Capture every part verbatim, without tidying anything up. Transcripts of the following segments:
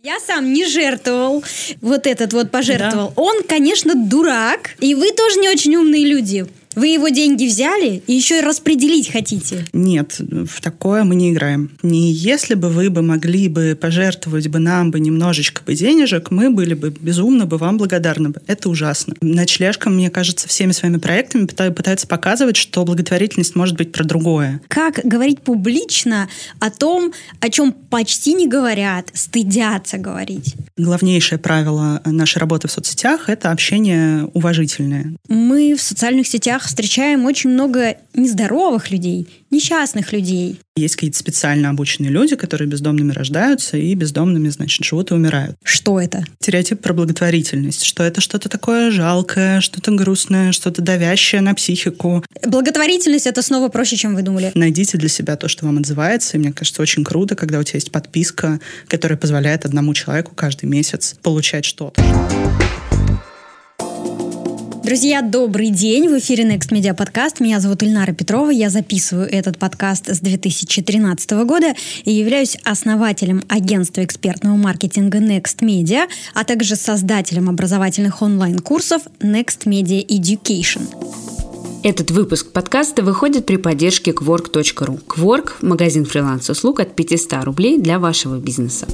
Я сам не жертвовал, вот этот вот пожертвовал. Да. Он, конечно, дурак, и вы тоже не очень умные люди. Вы его деньги взяли и еще и распределить хотите? Нет, в такое мы не играем. Не если бы вы бы могли бы пожертвовать бы нам бы немножечко бы денежек, мы были бы безумно бы вам благодарны бы. Это ужасно. Ночлежка, мне кажется, всеми своими проектами пытается показывать, что благотворительность может быть про другое. Как говорить публично о том, о чем почти не говорят, стыдятся говорить? Главнейшее правило нашей работы в соцсетях – это общение уважительное. Мы в социальных сетях встречаем очень много нездоровых людей, несчастных людей. Есть какие-то специально обученные люди, которые бездомными рождаются и бездомными, значит, живут и умирают. Что это? Стереотип про благотворительность, что это что-то такое жалкое, что-то грустное, что-то давящее на психику. Благотворительность — это снова проще, чем вы думали. Найдите для себя то, что вам отзывается, и мне кажется, очень круто, когда у тебя есть подписка, которая позволяет одному человеку каждый месяц получать что-то. Друзья, добрый день! В эфире Next Media Podcast. Меня зовут Ильнара Петрова. Я записываю этот подкаст с две тысячи тринадцатого года и являюсь основателем агентства экспертного маркетинга Next Media, а также создателем образовательных онлайн-курсов Next Media Education. Этот выпуск подкаста выходит при поддержке кворк точка ру. Quark – магазин фриланс-услуг от пятьсот рублей для вашего бизнеса.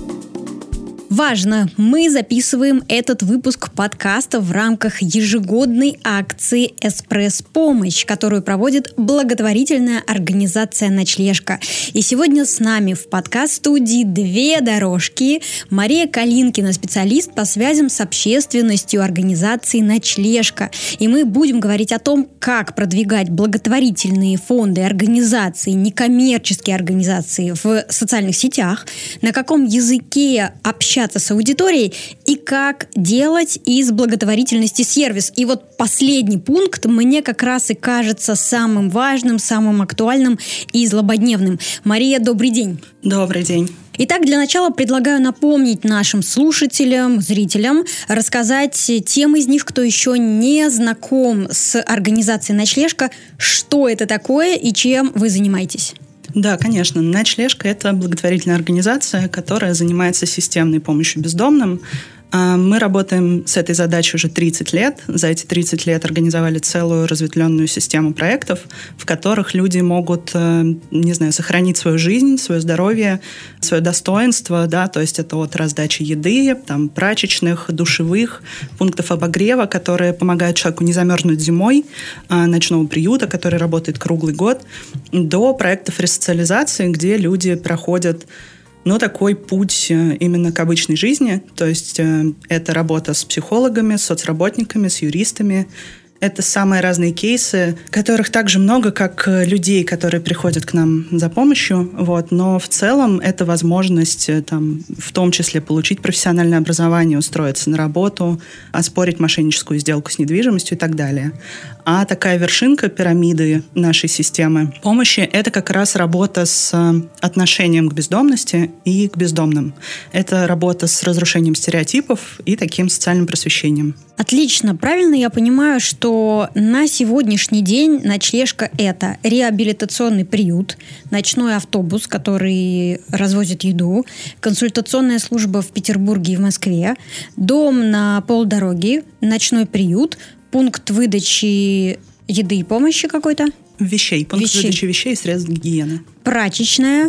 Важно! Мы записываем этот выпуск подкаста в рамках ежегодной акции «Эспресс-помощь», которую проводит благотворительная организация «Ночлежка». И сегодня с нами в подкаст-студии две дорожки. Мария Калинкина, специалист по связям с общественностью организации «Ночлежка». И мы будем говорить о том, как продвигать благотворительные фонды, организации, некоммерческие организации в социальных сетях, на каком языке общаться с аудиторией и как делать из благотворительности сервис. И вот последний пункт мне как раз и кажется самым важным, самым актуальным и злободневным. Мария, добрый день. Добрый день. Итак, для начала предлагаю напомнить нашим слушателям, зрителям, рассказать тем из них, кто еще не знаком с организацией «Ночлежка», что это такое и чем вы занимаетесь. Да, конечно. «Ночлежка» — это благотворительная организация, которая занимается системной помощью бездомным. Мы работаем с этой задачей уже тридцать лет. За эти тридцать лет организовали целую разветвленную систему проектов, в которых люди могут, не знаю, сохранить свою жизнь, свое здоровье, свое достоинство, да, то есть это от раздачи еды, там, прачечных, душевых, пунктов обогрева, которые помогают человеку не замерзнуть зимой, ночного приюта, который работает круглый год, до проектов ресоциализации, где люди проходят но такой путь именно к обычной жизни, то есть э, это работа с психологами, с соцработниками, с юристами. Это самые разные кейсы, которых так же много, как людей, которые приходят к нам за помощью. Вот. Но в целом это возможность там, в том числе получить профессиональное образование, устроиться на работу, оспорить мошенническую сделку с недвижимостью и так далее. А такая вершинка пирамиды нашей системы помощи – это как раз работа с отношением к бездомности и к бездомным. Это работа с разрушением стереотипов и таким социальным просвещением. Отлично. Правильно я понимаю, что на сегодняшний день «Ночлежка» — это реабилитационный приют, ночной автобус, который развозит еду, консультационная служба в Петербурге и в Москве, дом на полдороги, ночной приют, пункт выдачи еды и помощи какой-то? Вещей. Пункт вещей. выдачи вещей и средств гигиены. Прачечная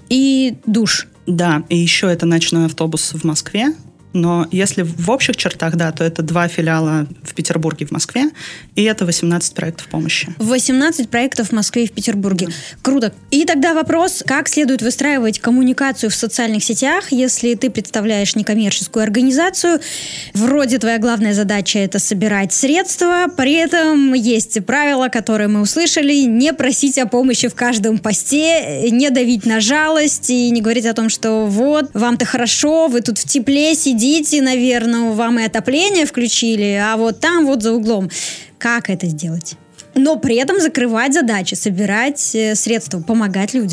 и душ. Да, и еще это ночной автобус в Москве. Но если в общих чертах, да, то это два филиала в Петербурге и в Москве, и это восемнадцать проектов помощи. восемнадцать проектов в Москве и в Петербурге. Да. Круто. И тогда вопрос, как следует выстраивать коммуникацию в социальных сетях, если ты представляешь некоммерческую организацию, вроде твоя главная задача — это собирать средства, при этом есть правила, которые мы услышали: не просить о помощи в каждом посте, не давить на жалость и не говорить о том, что вот, вам-то хорошо, вы тут в тепле сидите, Идите, наверное, вам и отопление включили, а вот там, вот за углом. Как это сделать? Но при этом закрывать задачи, собирать средства, помогать людям.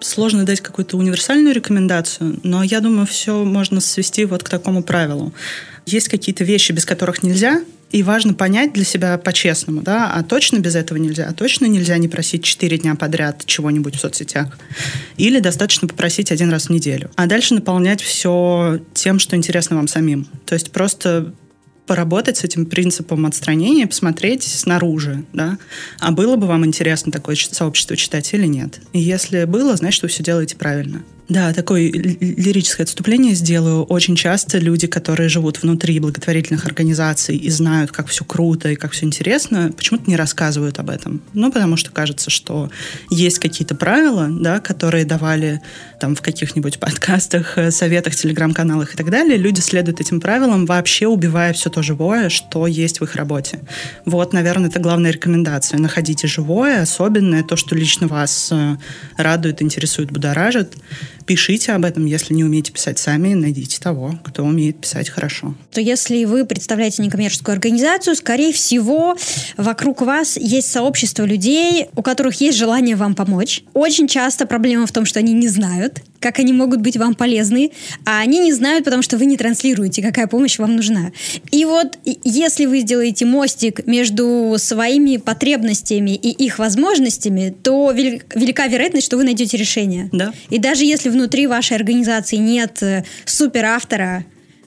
сложно дать какую-то универсальную рекомендацию, но я думаю, все можно свести вот к такому правилу. Есть какие-то вещи, без которых нельзя, и важно понять для себя по-честному, да, а точно без этого нельзя, а точно нельзя не просить четыре дня подряд чего-нибудь в соцсетях. Или достаточно попросить один раз в неделю. А дальше наполнять все тем, что интересно вам самим. То есть просто поработать с этим принципом отстранения, посмотреть снаружи, да, а было бы вам интересно такое сообщество читать или нет. И если было, значит, вы все делаете правильно. Да, такое лирическое отступление сделаю. Очень часто люди, которые живут внутри благотворительных организаций и знают, как все круто и как все интересно, почему-то не рассказывают об этом. Ну, потому что кажется, что есть какие-то правила, да, которые давали там в каких-нибудь подкастах, советах, телеграм-каналах и так далее. Люди следуют этим правилам, вообще убивая все то живое, что есть в их работе. Вот, наверное, это главная рекомендация. Находите живое, особенное, то, что лично вас радует, интересует, будоражит. Пишите об этом, если не умеете писать сами, найдите того, кто умеет писать хорошо. То если вы представляете некоммерческую организацию, скорее всего, вокруг вас есть сообщество людей, у которых есть желание вам помочь. Очень часто проблема в том, что они не знают, как они могут быть вам полезны, а они не знают, потому что вы не транслируете, какая помощь вам нужна. И вот если вы сделаете мостик между своими потребностями и их возможностями, то велика вероятность, что вы найдете решение. Да. И даже если внутри вашей организации нет суперавтора,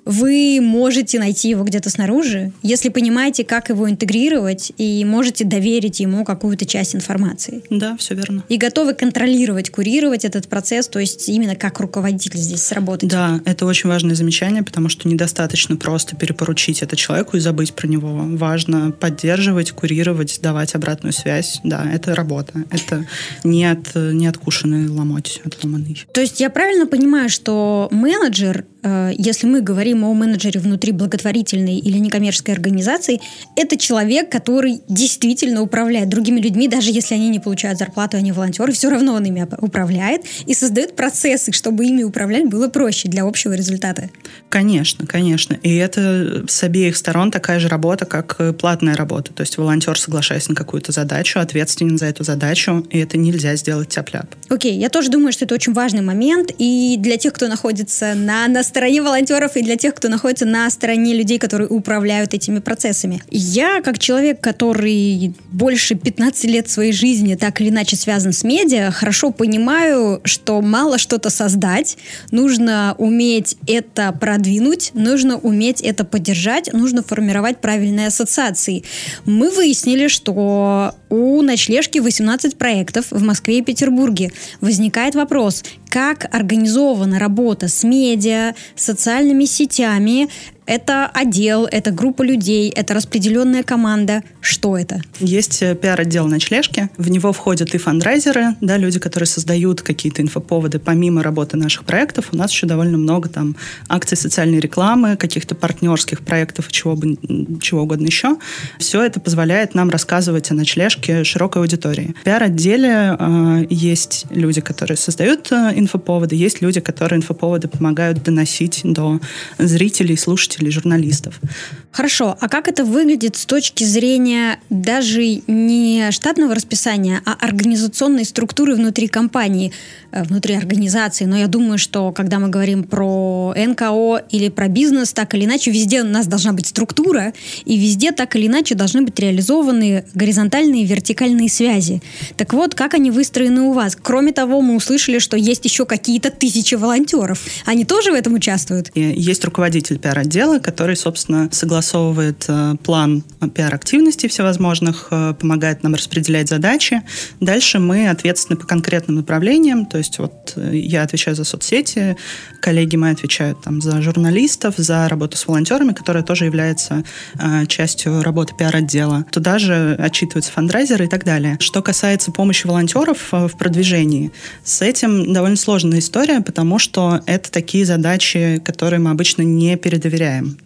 вы можете найти его где-то снаружи, если понимаете, как его интегрировать, и можете доверить ему какую-то часть информации. Да, все верно. И готовы контролировать, курировать этот процесс, то есть именно как руководитель здесь сработать. Да, это очень важное замечание, потому что недостаточно просто перепоручить это человеку и забыть про него. Важно поддерживать, курировать, давать обратную связь. Да, это работа. Это не, от, не откушенный ломоть, отломанный. То есть я правильно понимаю, что менеджер, если мы говорим о менеджере внутри благотворительной или некоммерческой организации, это человек, который действительно управляет другими людьми, даже если они не получают зарплату, они волонтеры, все равно он ими управляет и создает процессы, чтобы ими управлять было проще для общего результата. Конечно, конечно. И это с обеих сторон такая же работа, как платная работа. То есть волонтер, соглашаясь на какую-то задачу, ответственен за эту задачу, и это нельзя сделать тяп-ляп. Окей, я тоже думаю, что это очень важный момент, и для тех, кто находится на, на стороне волонтеров, и для тех, кто находится на стороне людей, которые управляют этими процессами. Я, как человек, который больше пятнадцати лет своей жизни так или иначе связан с медиа, хорошо понимаю, что мало что-то создать, нужно уметь это продвинуть, нужно уметь это поддержать, нужно формировать правильные ассоциации. Мы выяснили, что у ночлежки восемнадцать проектов в Москве и Петербурге. Возникает вопрос, как организована работа с медиа, социальными сетями. Это отдел, это группа людей, это распределенная команда. Что это? Есть пиар-отдел ночлежки. В него входят и фандрайзеры, да, люди, которые создают какие-то инфоповоды. Помимо работы наших проектов, у нас еще довольно много там акций социальной рекламы, каких-то партнерских проектов, чего, бы, чего угодно еще. Все это позволяет нам рассказывать о ночлежке широкой аудитории. В пиар-отделе э, есть люди, которые создают э, инфоповоды, есть люди, которые инфоповоды помогают доносить до зрителей, слушателей, журналистов. Хорошо, а как это выглядит с точки зрения даже не штатного расписания, а организационной структуры внутри компании, внутри организации? Но я думаю, что когда мы говорим про эн ка о или про бизнес, так или иначе, везде у нас должна быть структура, и везде так или иначе должны быть реализованы горизонтальные и вертикальные связи. Так вот, как они выстроены у вас? Кроме того, мы услышали, что есть еще какие-то тысячи волонтеров. Они тоже в этом участвуют? И есть руководитель пиар-отдела, который, собственно, согласовывает э, план пиар-активностей всевозможных, э, помогает нам распределять задачи. Дальше мы ответственны по конкретным направлениям, то есть вот э, я отвечаю за соцсети, коллеги мои отвечают там, за журналистов, за работу с волонтерами, которая тоже является э, частью работы пиар-отдела. Туда же отчитываются фандрайзеры и так далее. Что касается помощи волонтеров э, в продвижении, с этим довольно сложная история, потому что это такие задачи, которые мы обычно не передоверяем.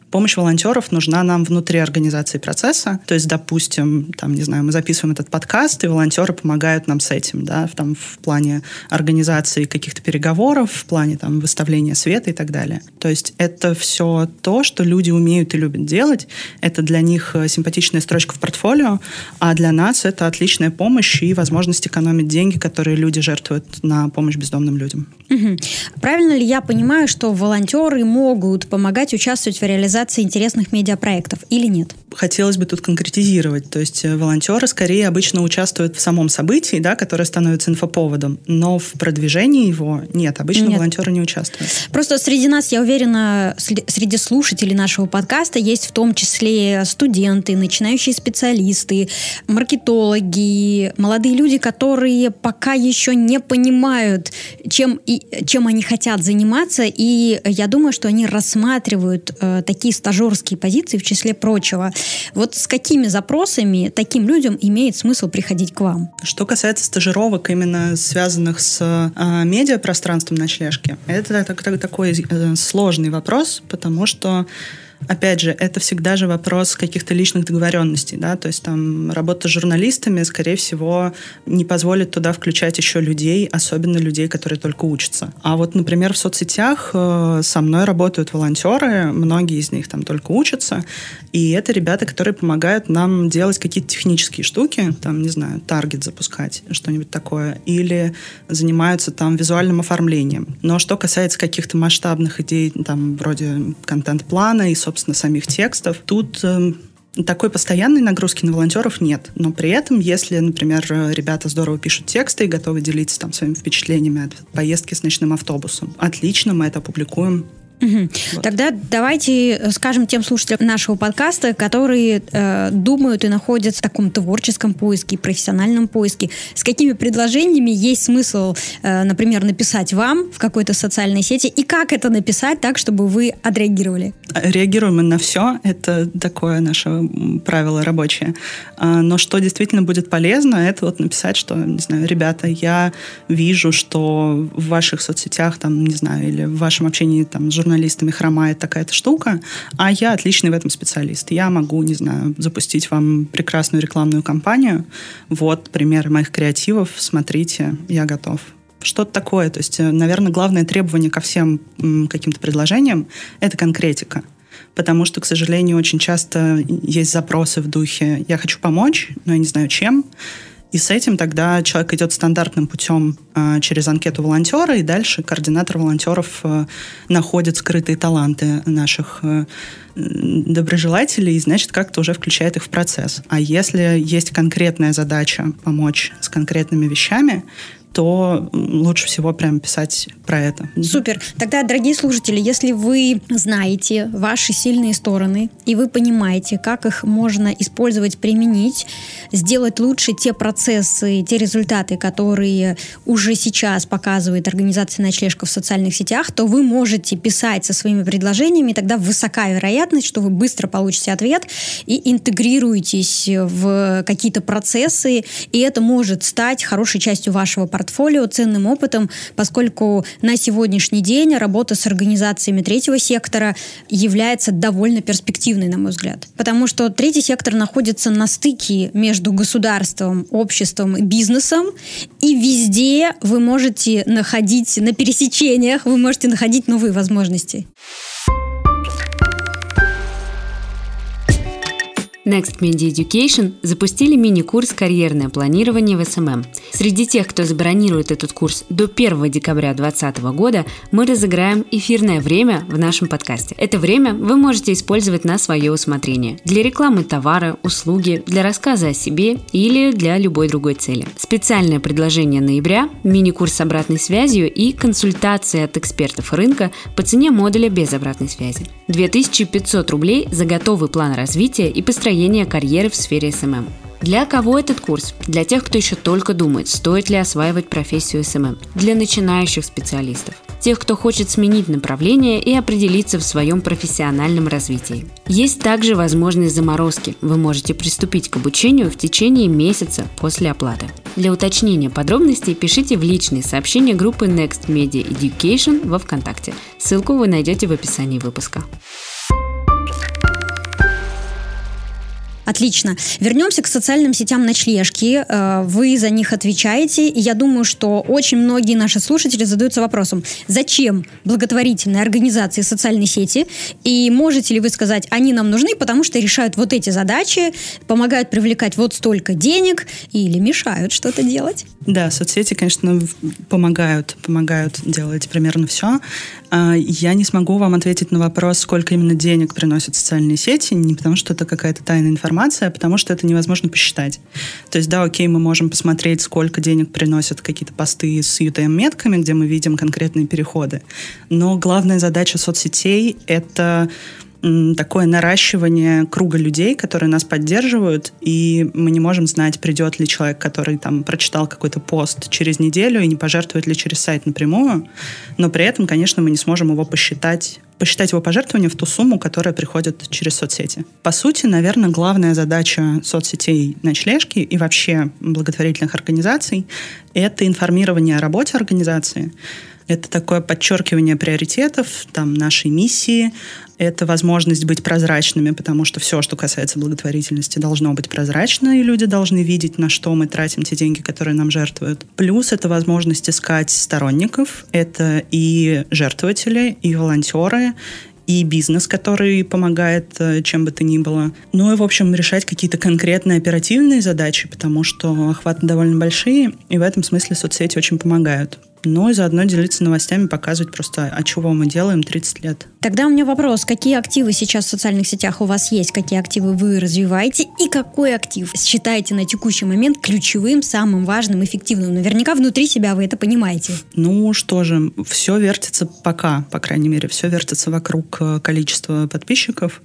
Помощь волонтеров нужна нам внутри организации процесса. То есть, допустим, там, не знаю, мы записываем этот подкаст, и волонтеры помогают нам с этим, да, в, там, в плане организации каких-то переговоров, в плане там, выставления света и так далее. То есть это все то, что люди умеют и любят делать. Это для них симпатичная строчка в портфолио, а для нас это отличная помощь и возможность экономить деньги, которые люди жертвуют на помощь бездомным людям. Угу. Правильно ли я понимаю, что волонтеры могут помогать участвовать в реализации интересных медиапроектов или нет? Хотелось бы тут конкретизировать. То есть волонтеры скорее обычно участвуют в самом событии, да, которое становится инфоповодом, но в продвижении его нет. Обычно нет. волонтеры не участвуют. Просто среди нас, я уверена, среди слушателей нашего подкаста есть в том числе студенты, начинающие специалисты, маркетологи, молодые люди, которые пока еще не понимают, чем, и, чем они хотят заниматься, и я думаю, что они рассматривают э, такие стажерские позиции в числе прочего. Вот с какими запросами таким людям имеет смысл приходить к вам? Что касается стажировок, именно связанных с э, медиапространством ночлежки, это так, так, такой э, сложный вопрос, потому что опять же, это всегда же вопрос каких-то личных договоренностей, да, то есть там работа с журналистами, скорее всего, не позволит туда включать еще людей, особенно людей, которые только учатся. А вот, например, в соцсетях э, со мной работают волонтеры, многие из них там только учатся, и это ребята, которые помогают нам делать какие-то технические штуки, там, не знаю, таргет запускать, что-нибудь такое, или занимаются там визуальным оформлением. Но что касается каких-то масштабных идей, там, вроде контент-плана и, собственно, самих текстов, тут э, такой постоянной нагрузки на волонтеров нет. Но при этом, если, например, ребята здорово пишут тексты и готовы делиться там своими впечатлениями от поездки с ночным автобусом, отлично, мы это опубликуем. Угу. Вот. Тогда давайте скажем тем слушателям нашего подкаста, которые э, думают и находятся в таком творческом поиске, профессиональном поиске, с какими предложениями есть смысл, э, например, написать вам в какой-то социальной сети, и как это написать так, чтобы вы отреагировали? Реагируем мы на все, это такое наше правило рабочее. Но что действительно будет полезно, это вот написать, что, не знаю, ребята, я вижу, что в ваших соцсетях, там, не знаю, или в вашем общении там, с журналистами хромает такая-то штука, а я отличный в этом специалист. Я могу, не знаю, запустить вам прекрасную рекламную кампанию. Вот примеры моих креативов, смотрите, я готов. Что-то такое. То есть, наверное, главное требование ко всем м, каким-то предложениям – это конкретика. Потому что, к сожалению, очень часто есть запросы в духе «я хочу помочь, но я не знаю чем». И с этим тогда человек идет стандартным путем э, через анкету волонтера, и дальше координатор волонтеров э, находит скрытые таланты наших э, доброжелателей и, значит, как-то уже включает их в процесс. А если есть конкретная задача помочь с конкретными вещами, то лучше всего прям писать про это. Супер. Тогда, дорогие слушатели, если вы знаете ваши сильные стороны, и вы понимаете, как их можно использовать, применить, сделать лучше те процессы, те результаты, которые уже сейчас показывает организация «Ночлежка» в социальных сетях, то вы можете писать со своими предложениями, и тогда высока вероятность, что вы быстро получите ответ и интегрируетесь в какие-то процессы, и это может стать хорошей частью вашего портфолио, портфолио, ценным опытом, поскольку на сегодняшний день работа с организациями третьего сектора является довольно перспективной, на мой взгляд. Потому что третий сектор находится на стыке между государством, обществом и бизнесом, и везде вы можете находить, на пересечениях, вы можете находить новые возможности. Next Media Education запустили мини-курс «Карьерное планирование в эс эм эм». Среди тех, кто забронирует этот курс до первого декабря две тысячи двадцатого года, мы разыграем эфирное время в нашем подкасте. Это время вы можете использовать на свое усмотрение для рекламы товара, услуги, для рассказа о себе или для любой другой цели. Специальное предложение ноября – мини-курс с обратной связью и консультации от экспертов рынка по цене модуля без обратной связи. две тысячи пятьсот рублей за готовый план развития и построения карьеры в сфере эс эм эм. Для кого этот курс? Для тех, кто еще только думает, стоит ли осваивать профессию эс эм эм. Для начинающих специалистов. Тех, кто хочет сменить направление и определиться в своем профессиональном развитии. Есть также возможность заморозки. Вы можете приступить к обучению в течение месяца после оплаты. Для уточнения подробностей пишите в личные сообщения группы Next Media Education во ВКонтакте. Ссылку вы найдете в описании выпуска. Отлично. Вернемся к социальным сетям ночлежки. Вы за них отвечаете. И я думаю, что очень многие наши слушатели задаются вопросом, зачем благотворительные организации социальные сети? И можете ли вы сказать, они нам нужны, потому что решают вот эти задачи, помогают привлекать вот столько денег или мешают что-то делать? Да, соцсети, конечно, помогают, помогают делать примерно все. Я не смогу вам ответить на вопрос, сколько именно денег приносят социальные сети, не потому что это какая-то тайная информация, а потому что это невозможно посчитать. То есть, да, окей, мы можем посмотреть, сколько денег приносят какие-то посты с ю тэ эм-метками, где мы видим конкретные переходы. Но главная задача соцсетей — это такое наращивание круга людей, которые нас поддерживают, и мы не можем знать, придет ли человек, который там прочитал какой-то пост через неделю и не пожертвует ли через сайт напрямую, но при этом, конечно, мы не сможем его посчитать, посчитать его пожертвования в ту сумму, которая приходит через соцсети. По сути, наверное, главная задача соцсетей ночлежки и вообще благотворительных организаций — это информирование о работе организации. Это такое подчеркивание приоритетов, там, нашей миссии. Это возможность быть прозрачными, потому что все, что касается благотворительности, должно быть прозрачно, и люди должны видеть, на что мы тратим те деньги, которые нам жертвуют. Плюс это возможность искать сторонников. Это и жертвователи, и волонтеры, и бизнес, который помогает чем бы то ни было. Ну и, в общем, решать какие-то конкретные оперативные задачи, потому что охваты довольно большие, и в этом смысле соцсети очень помогают. Ну и заодно делиться новостями, показывать просто, а чего мы делаем тридцать лет. Тогда у меня вопрос, какие активы сейчас в социальных сетях у вас есть, какие активы вы развиваете, и какой актив считаете на текущий момент ключевым, самым важным, эффективным? Наверняка внутри себя вы это понимаете. Ну что же, все вертится пока, по крайней мере, все вертится вокруг количества подписчиков.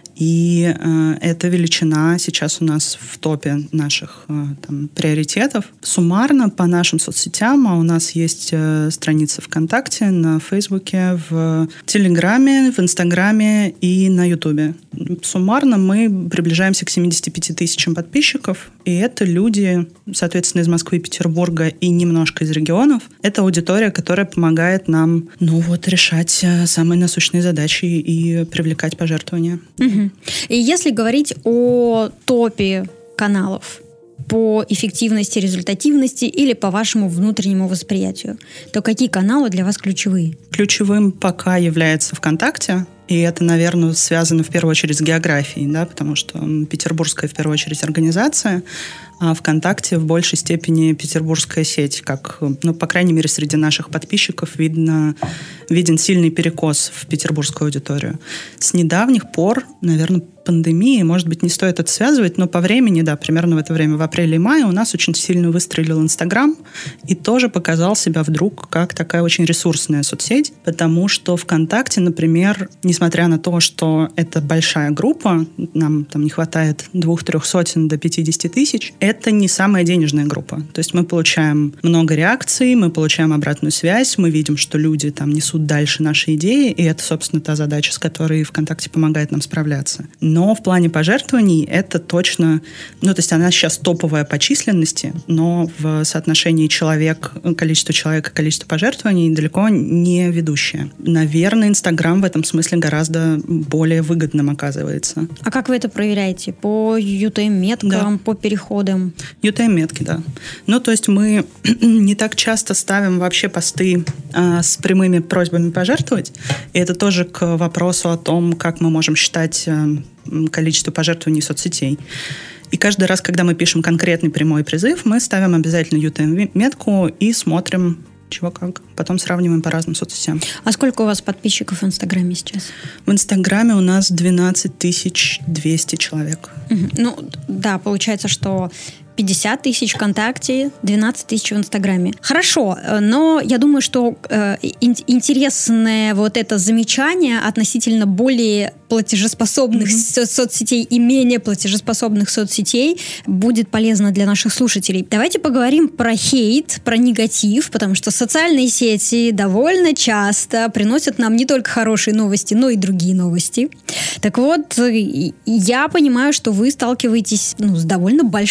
И э, эта величина сейчас у нас в топе наших э, там, приоритетов. Суммарно по нашим соцсетям, а у нас есть э, страницы ВКонтакте, на Фейсбуке, в Телеграме, в Инстаграме и на Ютубе. Суммарно мы приближаемся к семидесяти пяти тысячам подписчиков, и это люди, соответственно, из Москвы, Петербурга и немножко из регионов. Это аудитория, которая помогает нам, ну вот, решать э, самые насущные задачи и привлекать пожертвования. Угу. И если говорить о топе каналов по эффективности, результативности или по вашему внутреннему восприятию, то какие каналы для вас ключевые? Ключевым пока является ВКонтакте. И это, наверное, связано в первую очередь с географией, да, потому что петербургская в первую очередь организация, а ВКонтакте в большей степени петербургская сеть, как, ну, по крайней мере, среди наших подписчиков видно, виден сильный перекос в петербургскую аудиторию. С недавних пор, наверное, пандемии, может быть, не стоит это связывать, но по времени, да, примерно в это время, в апреле и мае, у нас очень сильно выстрелил Инстаграм и тоже показал себя вдруг как такая очень ресурсная соцсеть, потому что ВКонтакте, например, несмотря на то, что это большая группа, нам там не хватает двух-трех сотен до пятидесяти тысяч, это не самая денежная группа. То есть мы получаем много реакций, мы получаем обратную связь, мы видим, что люди там несут дальше наши идеи, и это, собственно, та задача, с которой ВКонтакте помогает нам справляться. Но в плане пожертвований это точно... Ну, то есть она сейчас топовая по численности, но в соотношении человек, количество человек и количество пожертвований далеко не ведущее. Наверное, Инстаграм в этом смысле гораздо более выгодным оказывается. А как вы это проверяете? По ю тэ эм-меткам, да. По переходам? ю тэ эм-метки, да. Ну, то есть мы не так часто ставим вообще посты а, с прямыми просьбами пожертвовать. И это тоже к вопросу о том, как мы можем считать а, количество пожертвований соцсетей. И каждый раз, когда мы пишем конкретный прямой призыв, мы ставим обязательно ю тэ эм-метку и смотрим, чего как. Потом сравниваем по разным соцсетям. А сколько у вас подписчиков в Инстаграме сейчас? В Инстаграме у нас двенадцать тысяч двести человек. Угу. Ну, да, получается, что пятьдесят тысяч ВКонтакте, двенадцать тысяч в Инстаграме. Хорошо, но я думаю, что э, интересное вот это замечание относительно более платежеспособных mm-hmm. со- соцсетей и менее платежеспособных соцсетей будет полезно для наших слушателей. Давайте поговорим про хейт, про негатив, потому что социальные сети довольно часто приносят нам не только хорошие новости, но и другие новости. Так вот, я понимаю, что вы сталкиваетесь ну, с довольно большим количеством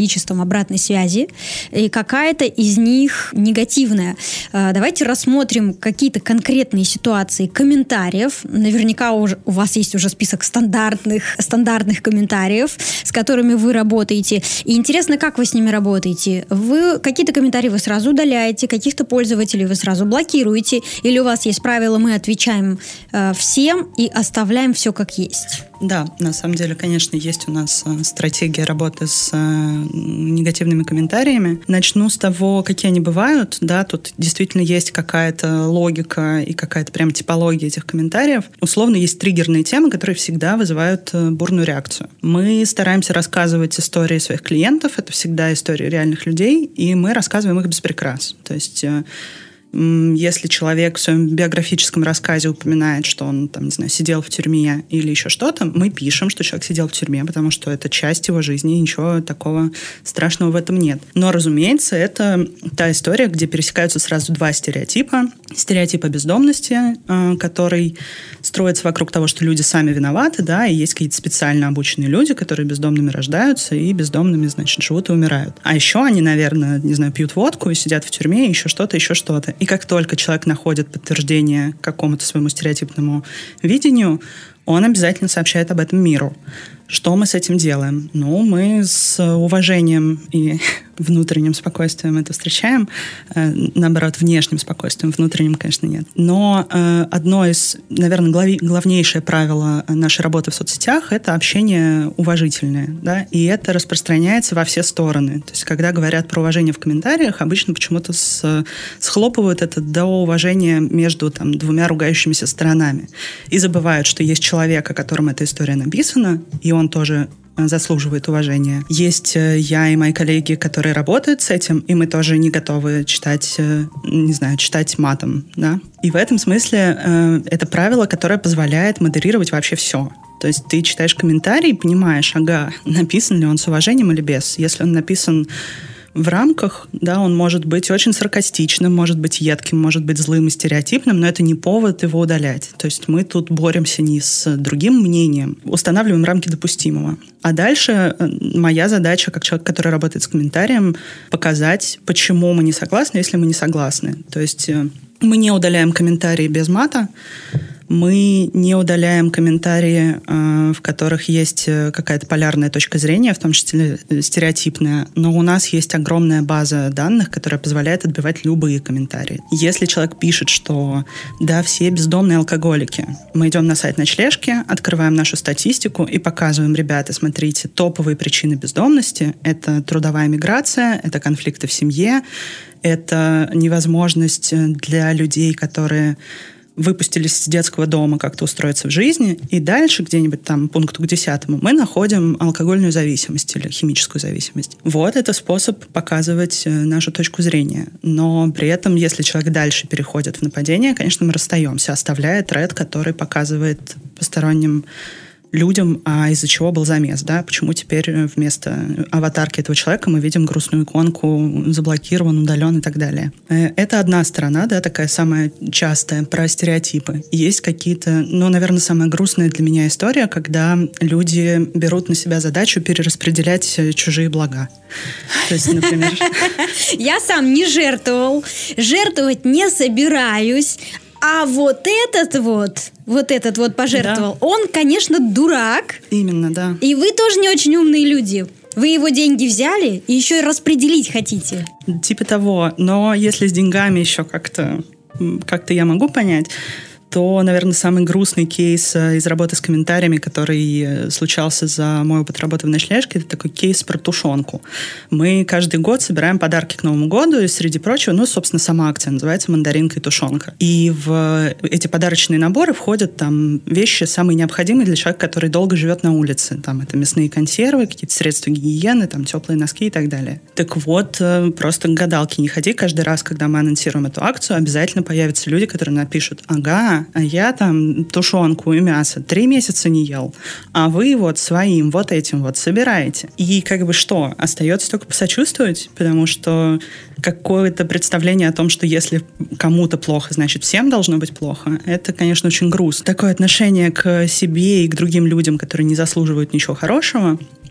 количеством обратной связи, и какая-то из них негативная. Давайте рассмотрим какие-то конкретные ситуации комментариев. Наверняка уже, у вас есть уже список стандартных, стандартных комментариев, с которыми вы работаете. И интересно, как вы с ними работаете. Вы какие-то комментарии вы сразу удаляете, каких-то пользователей вы сразу блокируете, или у вас есть правило, мы отвечаем э, всем и оставляем все как есть? Да, на самом деле, конечно, есть у нас стратегия работы с негативными комментариями. Начну с того, какие они бывают. Да, тут действительно есть какая-то логика и какая-то прям типология этих комментариев. Условно, есть триггерные темы, которые всегда вызывают бурную реакцию. Мы стараемся рассказывать истории своих клиентов. Это всегда истории реальных людей, и мы рассказываем их без прикрас. То есть если человек в своем биографическом рассказе упоминает, что он, там, не знаю, сидел в тюрьме или еще что-то, мы пишем, что человек сидел в тюрьме, потому что это часть его жизни, и ничего такого страшного в этом нет. Но, разумеется, это та история, где пересекаются сразу два стереотипа. Стереотип о бездомности, который строится вокруг того, что люди сами виноваты, да, и есть какие-то специально обученные люди, которые бездомными рождаются и бездомными, значит, живут и умирают. А еще они, наверное, не знаю, пьют водку и сидят в тюрьме, еще что-то, еще что-то. И как только человек находит подтверждение какому-то своему стереотипному видению, он обязательно сообщает об этом миру. Что мы с этим делаем? Ну, мы с уважением и внутренним спокойствием это встречаем. Э, наоборот, внешним спокойствием, внутренним, конечно, нет. Но э, одно из, наверное, глави, главнейшее правило нашей работы в соцсетях — это общение уважительное, да, и это распространяется во все стороны. То есть, когда говорят про уважение в комментариях, обычно почему-то с, схлопывают это до уважения между там, двумя ругающимися сторонами. И забывают, что есть человек, о котором эта история написана, и он тоже заслуживает уважения. Есть я и мои коллеги, которые работают с этим, и мы тоже не готовы читать, не знаю, читать матом, да. И в этом смысле э, это правило, которое позволяет модерировать вообще все. То есть ты читаешь комментарий и понимаешь, ага, написан ли он с уважением или без. Если он написан в рамках, да, он может быть очень саркастичным, может быть едким, может быть злым и стереотипным, но это не повод его удалять. То есть мы тут боремся не с другим мнением, устанавливаем рамки допустимого. А дальше моя задача, как человек, который работает с комментарием, показать, почему мы не согласны, если мы не согласны. То есть мы не удаляем комментарии без мата, мы не удаляем комментарии, в которых есть какая-то полярная точка зрения, в том числе стереотипная, но у нас есть огромная база данных, которая позволяет отбивать любые комментарии. Если человек пишет, что да, все бездомные алкоголики, мы идем на сайт ночлежки, открываем нашу статистику и показываем, ребята, смотрите, топовые причины бездомности — это трудовая миграция, это конфликты в семье, это невозможность для людей, которые выпустились из детского дома, как-то устроиться в жизни, и дальше где-нибудь там пункту к десятому мы находим алкогольную зависимость или химическую зависимость. Вот это способ показывать нашу точку зрения. Но при этом, если человек дальше переходит в нападение, конечно, мы расстаемся, оставляя тред, который показывает посторонним людям, а из-за чего был замес, да, почему теперь вместо аватарки этого человека мы видим грустную иконку, заблокирован, удален и так далее. Это одна сторона, да, такая самая частая, про стереотипы. Есть какие-то, ну, наверное, самая грустная для меня история, когда люди берут на себя задачу перераспределять чужие блага. То есть, например... Я сам не жертвовал, жертвовать не собираюсь, а вот этот вот, вот этот вот пожертвовал, да. Он, конечно, дурак. Именно, да. И вы тоже не очень умные люди. Вы его деньги взяли и еще и распределить хотите. Типа того. Но если с деньгами еще как-то, как-то я могу понять, то, наверное, самый грустный кейс из работы с комментариями, который случался за мой опыт работы в ночлежке, это такой кейс про тушенку. Мы каждый год собираем подарки к Новому году, и среди прочего, ну, собственно, сама акция называется «Мандаринка и тушенка». И в эти подарочные наборы входят там вещи самые необходимые для человека, который долго живет на улице. Там это мясные консервы, какие-то средства гигиены, там теплые носки и так далее. Так вот, просто к гадалке не ходи. Каждый раз, когда мы анонсируем эту акцию, обязательно появятся люди, которые напишут: ага, а я там тушенку и мясо три месяца не ел, а вы вот своим вот этим вот собираете. И как бы что? Остается только посочувствовать, потому что какое-то представление о том, что если кому-то плохо, значит всем должно быть плохо, это, конечно, очень грустно. Такое отношение к себе и к другим людям, которые не заслуживают ничего хорошего,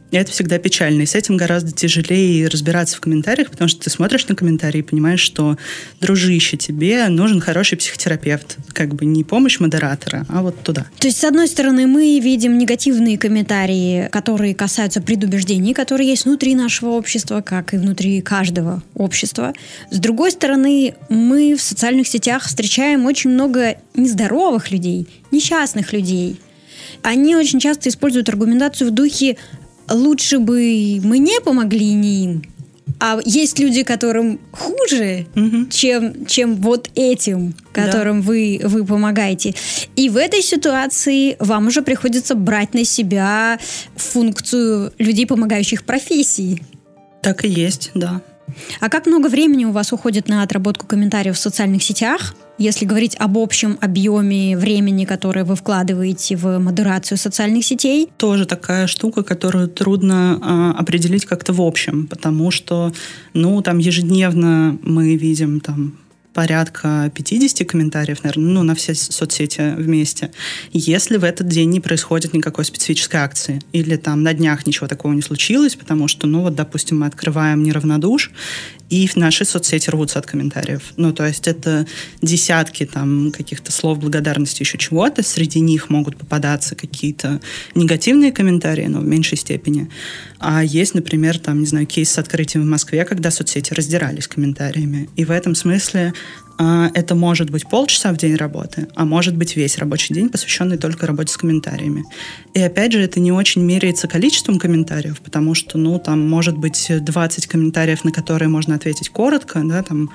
И это всегда печально. И с этим гораздо тяжелее разбираться в комментариях, потому что ты смотришь на комментарии и понимаешь, что, дружище, тебе нужен хороший психотерапевт. Как бы не помощь модератора, а вот туда. То есть, с одной стороны, мы видим негативные комментарии, которые касаются предубеждений, которые есть внутри нашего общества, как и внутри каждого общества. С другой стороны, мы в социальных сетях встречаем очень много нездоровых людей, несчастных людей. Они очень часто используют аргументацию в духе «лучше бы мы не помогли не им», а есть люди, которым хуже, угу. чем, чем вот этим, которым да. вы, вы помогаете. И в этой ситуации вам уже приходится брать на себя функцию людей, помогающих профессии. Так и есть, да. А как много времени у вас уходит на отработку комментариев в социальных сетях? Если говорить об общем объеме времени, которое вы вкладываете в модерацию социальных сетей? Тоже такая штука, которую трудно э, определить как-то в общем, потому что, ну, там ежедневно мы видим там порядка пятьдесят комментариев, наверное, ну, на все соцсети вместе. Если в этот день не происходит никакой специфической акции, или там на днях ничего такого не случилось, потому что, ну, вот, допустим, мы открываем «Неравнодуш», и в наши соцсети рвутся от комментариев. Ну, то есть это десятки там каких-то слов благодарности, еще чего-то. Среди них могут попадаться какие-то негативные комментарии, но в меньшей степени. А есть, например, там, не знаю, кейс с открытием в Москве, когда соцсети раздирались комментариями. И в этом смысле а, это может быть полчаса в день работы, а может быть весь рабочий день, посвященный только работе с комментариями. И опять же, это не очень меряется количеством комментариев, потому что, ну, там может быть двадцать комментариев, на которые можно ответить коротко, да, там,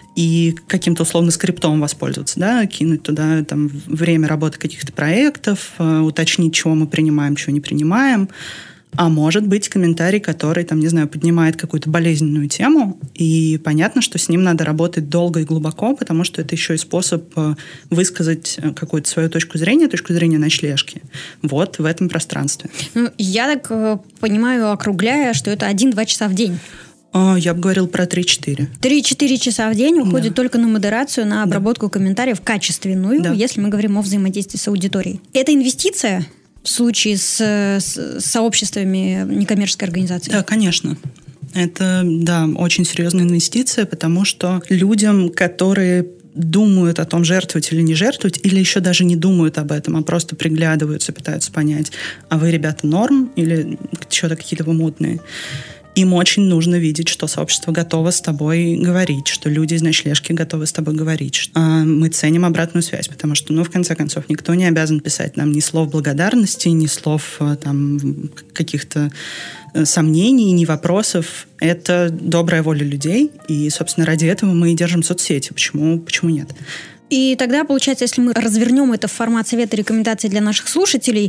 и каким-то условно скриптом воспользоваться, да, кинуть туда там время работы каких-то проектов, э, уточнить, чего мы принимаем, чего не принимаем. А может быть комментарий, который, там, не знаю, поднимает какую-то болезненную тему, и понятно, что с ним надо работать долго и глубоко, потому что это еще и способ высказать какую-то свою точку зрения, точку зрения ночлежки. Вот в этом пространстве. Ну, я так э, понимаю, округляя, что это один-два часа в день. Я бы говорил про три-четыре. три-четыре часа в день уходит да. только на модерацию, на обработку да. комментариев качественную, да. если мы говорим о взаимодействии с аудиторией. Это инвестиция в случае с, с сообществами некоммерческой организации? Да, конечно. Это, да, очень серьезная инвестиция, потому что людям, которые думают о том, жертвовать или не жертвовать, или еще даже не думают об этом, а просто приглядываются, пытаются понять, а вы, ребята, норм или что-то какие-то вы мутные. Им очень нужно видеть, что сообщество готово с тобой говорить, что люди из ночлежки готовы с тобой говорить. Что, а, мы ценим обратную связь, потому что, ну, в конце концов, никто не обязан писать нам ни слов благодарности, ни слов там, каких-то сомнений, ни вопросов. Это добрая воля людей, и, собственно, ради этого мы и держим соцсети. Почему, почему нет? И тогда, получается, если мы развернем это в формат совета и рекомендаций для наших слушателей,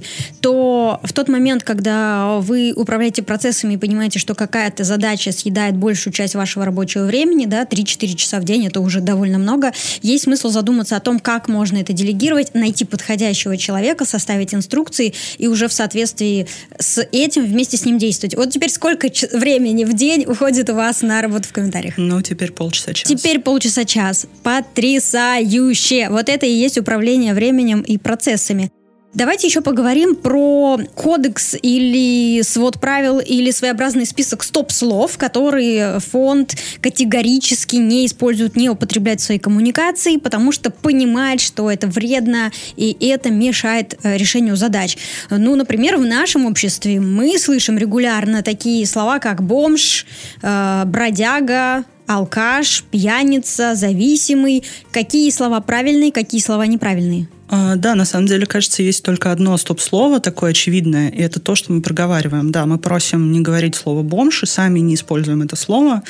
то в тот момент, когда вы управляете процессами и понимаете, что какая-то задача съедает большую часть вашего рабочего времени, да, три-четыре часа в день, это уже довольно много, есть смысл задуматься о том, как можно это делегировать, найти подходящего человека, составить инструкции и уже в соответствии с этим вместе с ним действовать. Вот теперь сколько ч- времени в день уходит у вас на работу в комментариях? Ну, теперь полчаса-час. Теперь полчаса-час. Потрясающе! Вот это и есть управление временем и процессами. Давайте еще поговорим про кодекс или свод правил или своеобразный список стоп-слов, которые фонд категорически не использует, не употребляет в своей коммуникации, потому что понимает, что это вредно и это мешает решению задач. Ну, например, в нашем обществе мы слышим регулярно такие слова, как бомж, э, бродяга, алкаш, пьяница, зависимый. Какие слова правильные, какие слова неправильные? А, да, на самом деле, кажется, есть только одно стоп-слово такое очевидное, и это то, что мы проговариваем. Да, мы просим не говорить слово «бомж», и сами не используем это слово.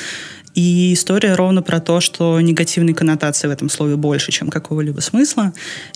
И история ровно про то, что негативной коннотации в этом слове больше, чем какого-либо смысла.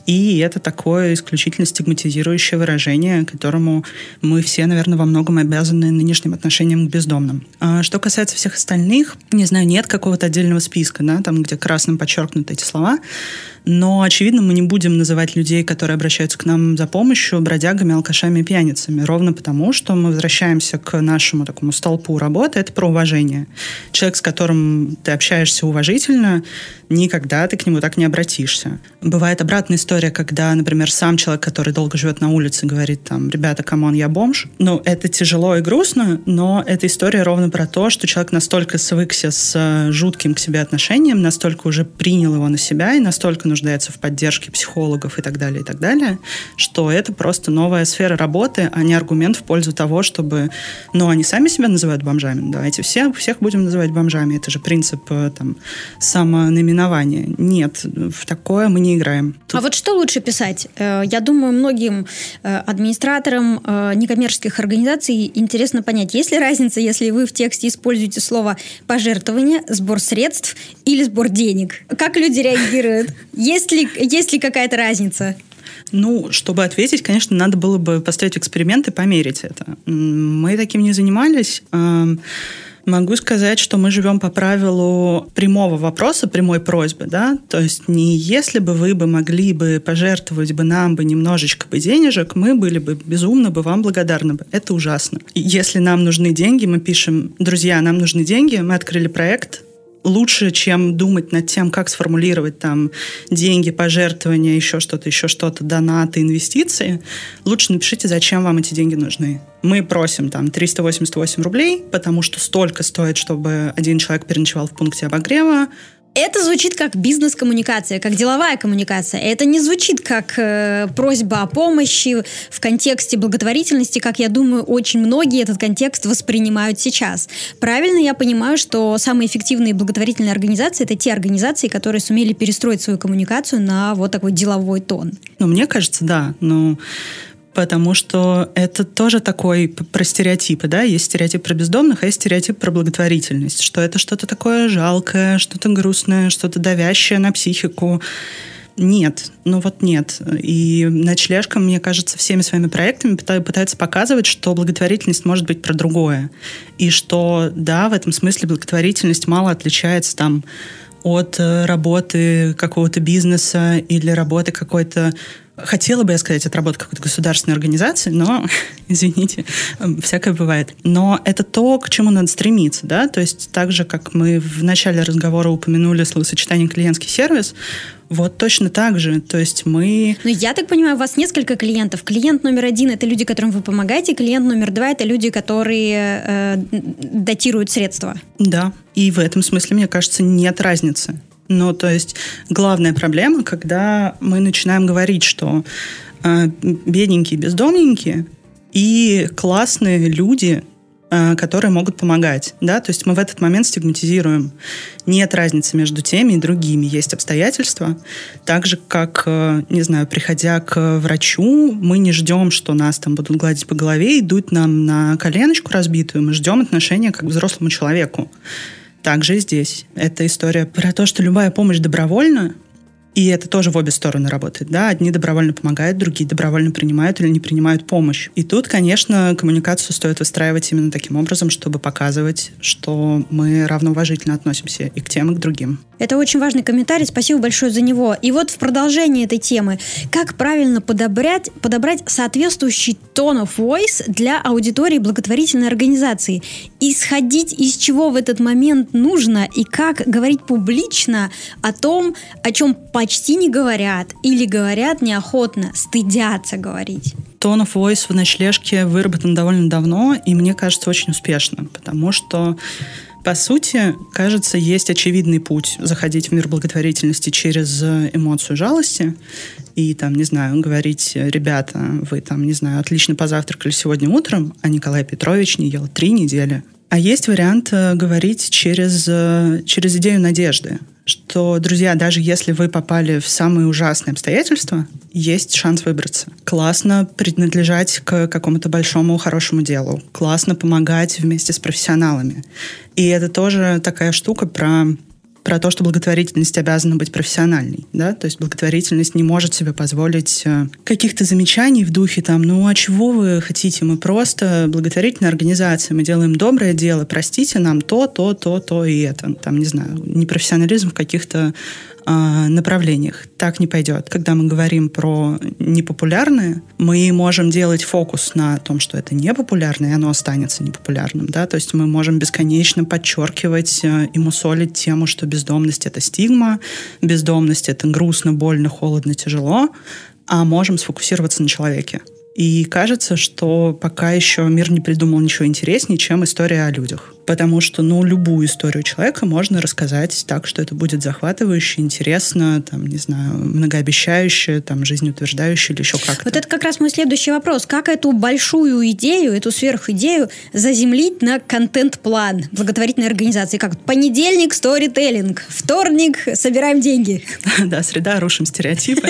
И это такое исключительно стигматизирующее выражение, которому мы все, наверное, во многом обязаны нынешним отношением к бездомным. А что касается всех остальных, не знаю, нет какого-то отдельного списка, да, там, где красным подчеркнуты эти слова. Но, очевидно, мы не будем называть людей, которые обращаются к нам за помощью, бродягами, алкашами и пьяницами. Ровно потому, что мы возвращаемся к нашему такому столпу работы. Это про уважение. Человек, с которым ты общаешься уважительно, никогда ты к нему так не обратишься. Бывает обратная история, когда, например, сам человек, который долго живет на улице, говорит там: ребята, камон, я бомж. Ну, это тяжело и грустно, но эта история ровно про то, что человек настолько свыкся с жутким к себе отношением, настолько уже принял его на себя и настолько нуждается в поддержке психологов и так далее, и так далее, что это просто новая сфера работы, а не аргумент в пользу того, чтобы... Ну, они сами себя называют бомжами. Давайте все, всех будем называть бомжами. Это же принцип там самонаименования. Нет, в такое мы не играем. Тут... А вот что лучше писать? Я думаю, многим администраторам некоммерческих организаций интересно понять, есть ли разница, если вы в тексте используете слово «пожертвование», «сбор средств» или «сбор денег». Как люди реагируют? Есть ли, есть ли какая-то разница? Ну, чтобы ответить, конечно, надо было бы поставить эксперимент и померить это. Мы таким не занимались. Могу сказать, что мы живем по правилу прямого вопроса, прямой просьбы, да, то есть не если бы вы бы могли бы пожертвовать бы нам бы немножечко бы денежек, мы были бы безумно бы вам благодарны бы. Это ужасно. Если нам нужны деньги, мы пишем: друзья, нам нужны деньги, мы открыли проект. Лучше, чем думать над тем, как сформулировать там деньги, пожертвования, еще что-то, еще что-то, донаты, инвестиции, лучше напишите, зачем вам эти деньги нужны. Мы просим там триста восемьдесят восемь рублей, потому что столько стоит, чтобы один человек переночевал в пункте обогрева. Это звучит как бизнес-коммуникация, как деловая коммуникация. Это не звучит как э, просьба о помощи в контексте благотворительности, как, я думаю, очень многие этот контекст воспринимают сейчас. Правильно я понимаю, что самые эффективные благотворительные организации — это те организации, которые сумели перестроить свою коммуникацию на вот такой деловой тон? Ну, мне кажется, да. Ну... Потому что это тоже такой про стереотипы, да, есть стереотип про бездомных, а есть стереотип про благотворительность, что это что-то такое жалкое, что-то грустное, что-то давящее на психику. Нет, ну вот нет. И ночлежка, мне кажется, всеми своими проектами пытается показывать, что благотворительность может быть про другое. И что, да, в этом смысле благотворительность мало отличается там от работы какого-то бизнеса или работы какой-то... Хотела бы я сказать, от работы какой-то государственной организации, но, извините, всякое бывает. Но это то, к чему надо стремиться, да, то есть так же, как мы в начале разговора упомянули словосочетание «клиентский сервис», вот точно так же, то есть мы... Ну, я так понимаю, у вас несколько клиентов. Клиент номер один — это люди, которым вы помогаете, клиент номер два — это люди, которые э, датируют средства. Да, и в этом смысле, мне кажется, нет разницы. Ну, то есть главная проблема, когда мы начинаем говорить, что э, бедненькие, бездомненькие и классные люди, э, которые могут помогать, да, то есть мы в этот момент стигматизируем. Нет разницы между теми и другими. Есть обстоятельства. Так же, как, э, не знаю, приходя к врачу, мы не ждем, что нас там будут гладить по голове и дуть нам на коленочку разбитую. Мы ждем отношения как к взрослому человеку. Также и здесь. Это история про то, что любая помощь добровольна, и это тоже в обе стороны работает. Да? Одни добровольно помогают, другие добровольно принимают или не принимают помощь. И тут, конечно, коммуникацию стоит выстраивать именно таким образом, чтобы показывать, что мы равноуважительно относимся и к тем, и к другим. Это очень важный комментарий, спасибо большое за него. И вот в продолжении этой темы, как правильно подобрать, подобрать соответствующий tone of voice для аудитории благотворительной организации? Исходить из чего в этот момент нужно и как говорить публично о том, о чем почти не говорят или говорят неохотно, стыдятся говорить? Tone of voice в ночлежке выработан довольно давно, и мне кажется, очень успешно, потому что по сути, кажется, есть очевидный путь заходить в мир благотворительности через эмоцию жалости и, там, не знаю, говорить: ребята, вы, там, не знаю, отлично позавтракали сегодня утром, а Николай Петрович не ел три недели. А есть вариант говорить через, через идею надежды, что, друзья, даже если вы попали в самые ужасные обстоятельства, есть шанс выбраться. Классно принадлежать к какому-то большому хорошему делу. Классно помогать вместе с профессионалами. И это тоже такая штука про, про то, что благотворительность обязана быть профессиональной. Да? То есть благотворительность не может себе позволить каких-то замечаний в духе там: ну а чего вы хотите? Мы просто благотворительная организация, мы делаем доброе дело, простите нам то, то, то, то и это. Там, не знаю, непрофессионализм в каких-то э, направлениях. Так не пойдет. Когда мы говорим про непопулярное, мы можем делать фокус на том, что это непопулярное, и оно останется непопулярным. Да? То есть мы можем бесконечно подчеркивать э, и мусолить тему, что бездомность — это стигма, бездомность — это грустно, больно, холодно, тяжело, а можем сфокусироваться на человеке. И кажется, что пока еще мир не придумал ничего интереснее, чем история о людях. Потому что, ну, любую историю человека можно рассказать так, что это будет захватывающе, интересно, там, не знаю, многообещающе, там, жизнеутверждающе или еще как-то. Вот это как раз мой следующий вопрос. Как эту большую идею, эту сверхидею заземлить на контент-план благотворительной организации? Как понедельник — сторителлинг, вторник — собираем деньги. Да, среда — рушим стереотипы.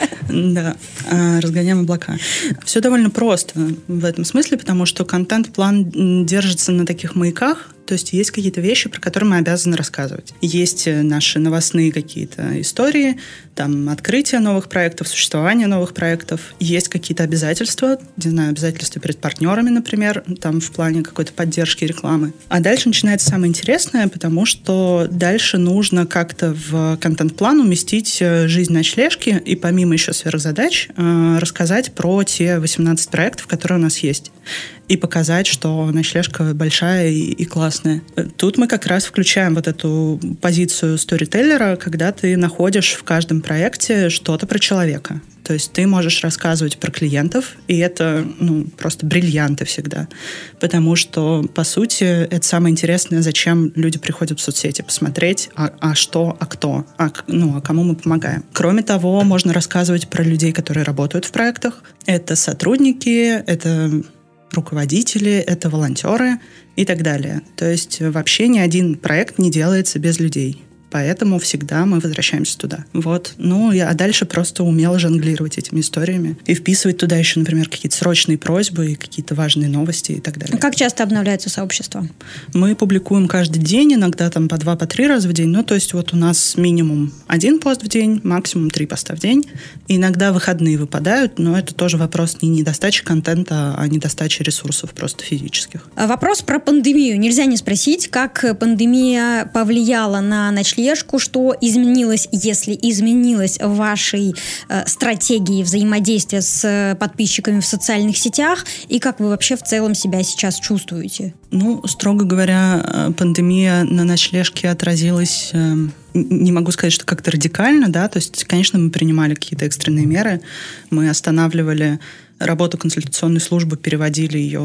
Да, разгоняем облака. Все довольно просто в этом смысле, потому что контент-план держится на таких маяках. То есть есть какие-то вещи, про которые мы обязаны рассказывать. Есть наши новостные какие-то истории, там открытие новых проектов, существование новых проектов. Есть какие-то обязательства, не знаю, обязательства перед партнерами, например, там в плане какой-то поддержки рекламы. А дальше начинается самое интересное, потому что дальше нужно как-то в контент-план уместить жизнь ночлежки и помимо еще сверхзадач рассказать про те восемнадцать проектов, которые у нас есть. И показать, что ночлежка большая и, и классная. Тут мы как раз включаем вот эту позицию сторителлера, когда ты находишь в каждом проекте что-то про человека. То есть ты можешь рассказывать про клиентов, и это, ну, просто бриллианты всегда. Потому что, по сути, это самое интересное, зачем люди приходят в соцсети, посмотреть, а, а что, а кто, а, ну, а кому мы помогаем. Кроме того, можно рассказывать про людей, которые работают в проектах. Это сотрудники, это руководители, это волонтеры и так далее. То есть вообще ни один проект не делается без людей. Поэтому всегда мы возвращаемся туда. Вот. Ну, а дальше просто умело жонглировать этими историями и вписывать туда еще, например, какие-то срочные просьбы и какие-то важные новости и так далее. Как часто обновляется сообщество? Мы публикуем каждый день, иногда там по два, по три раза в день. Ну, то есть вот у нас минимум один пост в день, максимум три поста в день. И иногда выходные выпадают, но это тоже вопрос не недостачи контента, а недостачи ресурсов просто физических. Вопрос про пандемию. Нельзя не спросить, как пандемия повлияла на ночлежку, что изменилось, если изменилось в вашей э, стратегии взаимодействия с подписчиками в социальных сетях, и как вы вообще в целом себя сейчас чувствуете? Ну, строго говоря, пандемия на ночлежке отразилась, э, не могу сказать, что как-то радикально, да, то есть, конечно, мы принимали какие-то экстренные меры, мы останавливали работу консультационной службы, переводили ее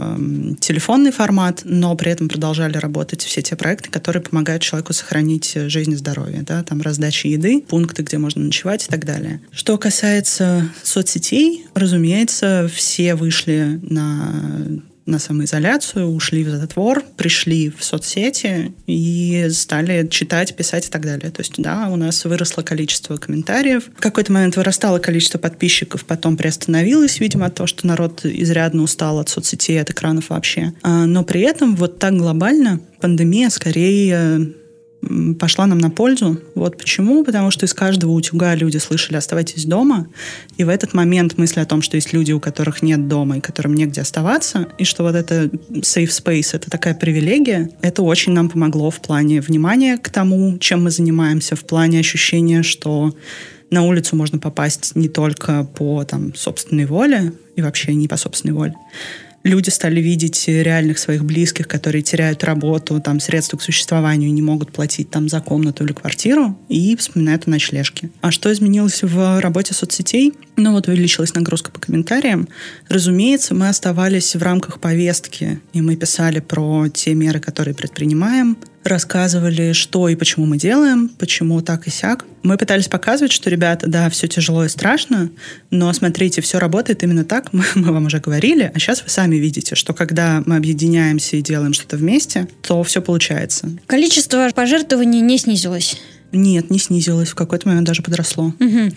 в телефонный формат, но при этом продолжали работать все те проекты, которые помогают человеку сохранить жизнь и здоровье. Да? Там раздача еды, пункты, где можно ночевать и так далее. Что касается соцсетей, разумеется, все вышли на... на самоизоляцию, ушли в затвор, пришли в соцсети и стали читать, писать и так далее. То есть, да, у нас выросло количество комментариев. В какой-то момент вырастало количество подписчиков, потом приостановилось, видимо, от того, что народ изрядно устал от соцсетей, от экранов вообще. Но при этом вот так глобально пандемия скорее пошла нам на пользу. Вот почему. Потому что из каждого утюга люди слышали «оставайтесь дома», и в этот момент мысли о том, что есть люди, у которых нет дома, и которым негде оставаться, и что вот это safe space — это такая привилегия, это очень нам помогло в плане внимания к тому, чем мы занимаемся, в плане ощущения, что на улицу можно попасть не только по там, собственной воле, и вообще не по собственной воле. Люди стали видеть реальных своих близких, которые теряют работу, там, средства к существованию и не могут платить там, за комнату или квартиру, и вспоминают о ночлежке. А что изменилось в работе соцсетей? Ну вот увеличилась нагрузка по комментариям. Разумеется, мы оставались в рамках повестки, и мы писали про те меры, которые предпринимаем, рассказывали, что и почему мы делаем, почему так и сяк. Мы пытались показывать, что, ребята, да, все тяжело и страшно, но смотрите, все работает именно так, мы, мы вам уже говорили, а сейчас вы сами видите, что когда мы объединяемся и делаем что-то вместе, то все получается. Количество пожертвований не снизилось? Нет, не снизилось. В какой-то момент даже подросло. Угу.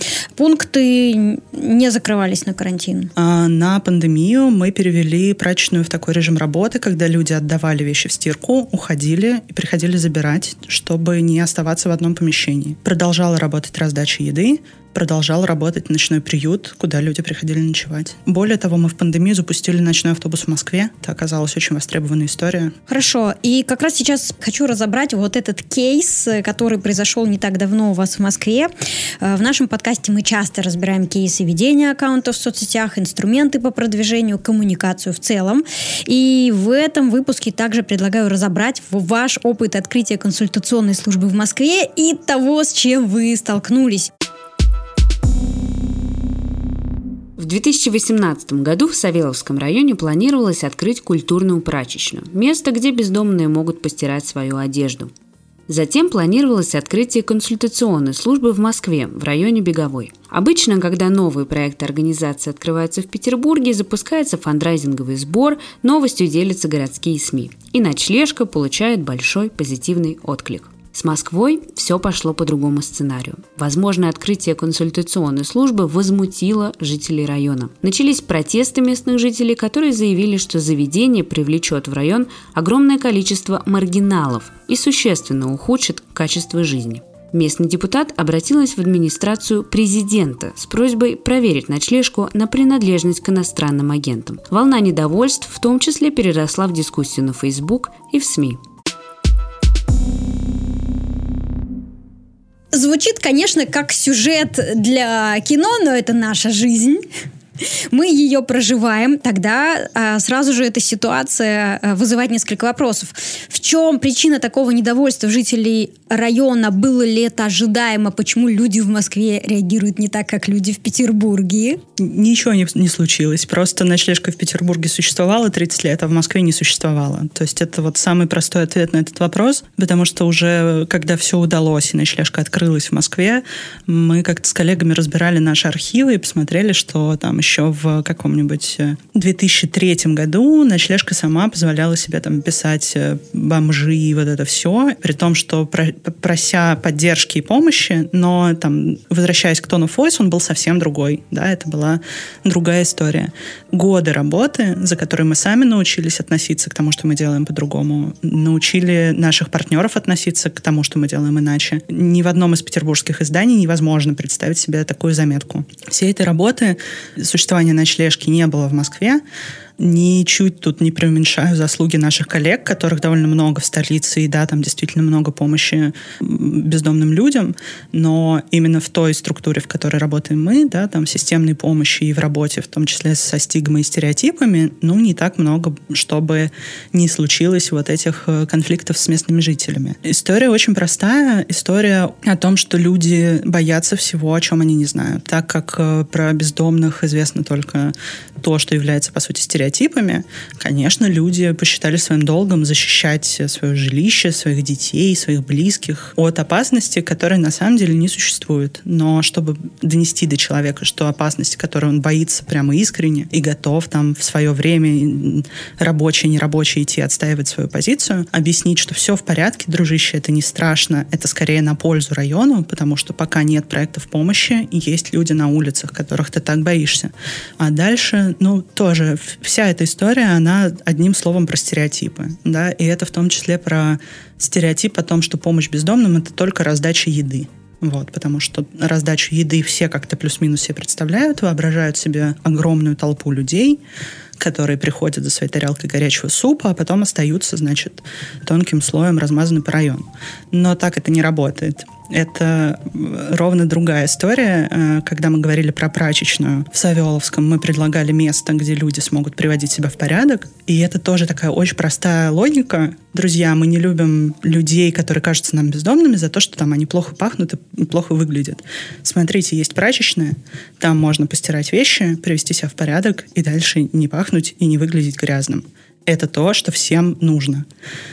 Пункты не закрывались на карантин? А на пандемию мы перевели прачечную в такой режим работы, когда люди отдавали вещи в стирку, уходили и приходили забирать, чтобы не оставаться в одном помещении. Продолжала работать раздача еды, продолжал работать ночной приют, куда люди приходили ночевать. Более того, мы в пандемию запустили ночной автобус в Москве. Это оказалась очень востребованная история. Хорошо. И как раз сейчас хочу разобрать вот этот кейс, который произошел не так давно у вас в Москве. В нашем подкасте мы часто разбираем кейсы ведения аккаунтов в соцсетях, инструменты по продвижению, коммуникацию в целом. И в этом выпуске также предлагаю разобрать ваш опыт открытия консультационной службы в Москве и того, с чем вы столкнулись. В две тысячи восемнадцатом году в Савеловском районе планировалось открыть культурную прачечную, место, где бездомные могут постирать свою одежду. Затем планировалось открытие консультационной службы в Москве, в районе Беговой. Обычно, когда новые проекты организации открываются в Петербурге, запускается фандрайзинговый сбор, новостью делятся городские СМИ. И ночлежка получает большой позитивный отклик. С Москвой все пошло по другому сценарию. Возможное открытие консультационной службы возмутило жителей района. Начались протесты местных жителей, которые заявили, что заведение привлечет в район огромное количество маргиналов и существенно ухудшит качество жизни. Местный депутат обратилась в администрацию президента с просьбой проверить ночлежку на принадлежность к иностранным агентам. Волна недовольств в том числе переросла в дискуссию на Facebook и в СМИ. Звучит, конечно, как сюжет для кино, но это наша жизнь. Мы ее проживаем, тогда а, сразу же эта ситуация а, вызывает несколько вопросов. В чем причина такого недовольства жителей района? Было ли это ожидаемо? Почему люди в Москве реагируют не так, как люди в Петербурге? Ничего не, не случилось. Просто ночлежка в Петербурге существовала тридцать лет, а в Москве не существовала. То есть это вот самый простой ответ на этот вопрос, потому что уже когда все удалось и ночлежка открылась в Москве, мы как-то с коллегами разбирали наши архивы и посмотрели, что там еще в каком-нибудь две тысячи третьем году ночлежка сама позволяла себе там писать бомжи и вот это все, при том, что про, прося поддержки и помощи, но там, возвращаясь к Tone of Voice, он был совсем другой, да, это была другая история. Годы работы, за которые мы сами научились относиться к тому, что мы делаем по-другому, научили наших партнеров относиться к тому, что мы делаем иначе. Ни в одном из петербургских изданий невозможно представить себе такую заметку. Всей этой работы существования ночлежки не было в Москве. Ничуть тут не преуменьшаю заслуги наших коллег, которых довольно много в столице, и да, там действительно много помощи бездомным людям, но именно в той структуре, в которой работаем мы, да, там системной помощи и в работе, в том числе со стигмой и стереотипами, ну, не так много, чтобы не случилось вот этих конфликтов с местными жителями. История очень простая. История о том, что люди боятся всего, о чем они не знают. Так как про бездомных известно только то, что является, по сути, стереотипом, типами, конечно, люди посчитали своим долгом защищать свое жилище, своих детей, своих близких от опасности, которой на самом деле не существует. Но чтобы донести до человека, что опасности, которой он боится прямо искренне и готов там в свое время рабочий, нерабочий идти отстаивать свою позицию, объяснить, что все в порядке, дружище, это не страшно, это скорее на пользу району, потому что пока нет проектов помощи, есть люди на улицах, которых ты так боишься. А дальше, ну, тоже вся эта история, она одним словом про стереотипы, да, и это в том числе про стереотип о том, что помощь бездомным — это только раздача еды. Вот, потому что раздачу еды все как-то плюс-минус себе представляют, воображают себе огромную толпу людей, которые приходят за своей тарелкой горячего супа, а потом остаются, значит, тонким слоем размазаны по району. Но так это не работает. Это ровно другая история. Когда мы говорили про прачечную в Савеловском, мы предлагали место, где люди смогут приводить себя в порядок. И это тоже такая очень простая логика. Друзья, мы не любим людей, которые кажутся нам бездомными, за то, что там они плохо пахнут и плохо выглядят. Смотрите, есть прачечная, там можно постирать вещи, привести себя в порядок и дальше не пахнуть и не выглядеть грязным. Это то, что всем нужно.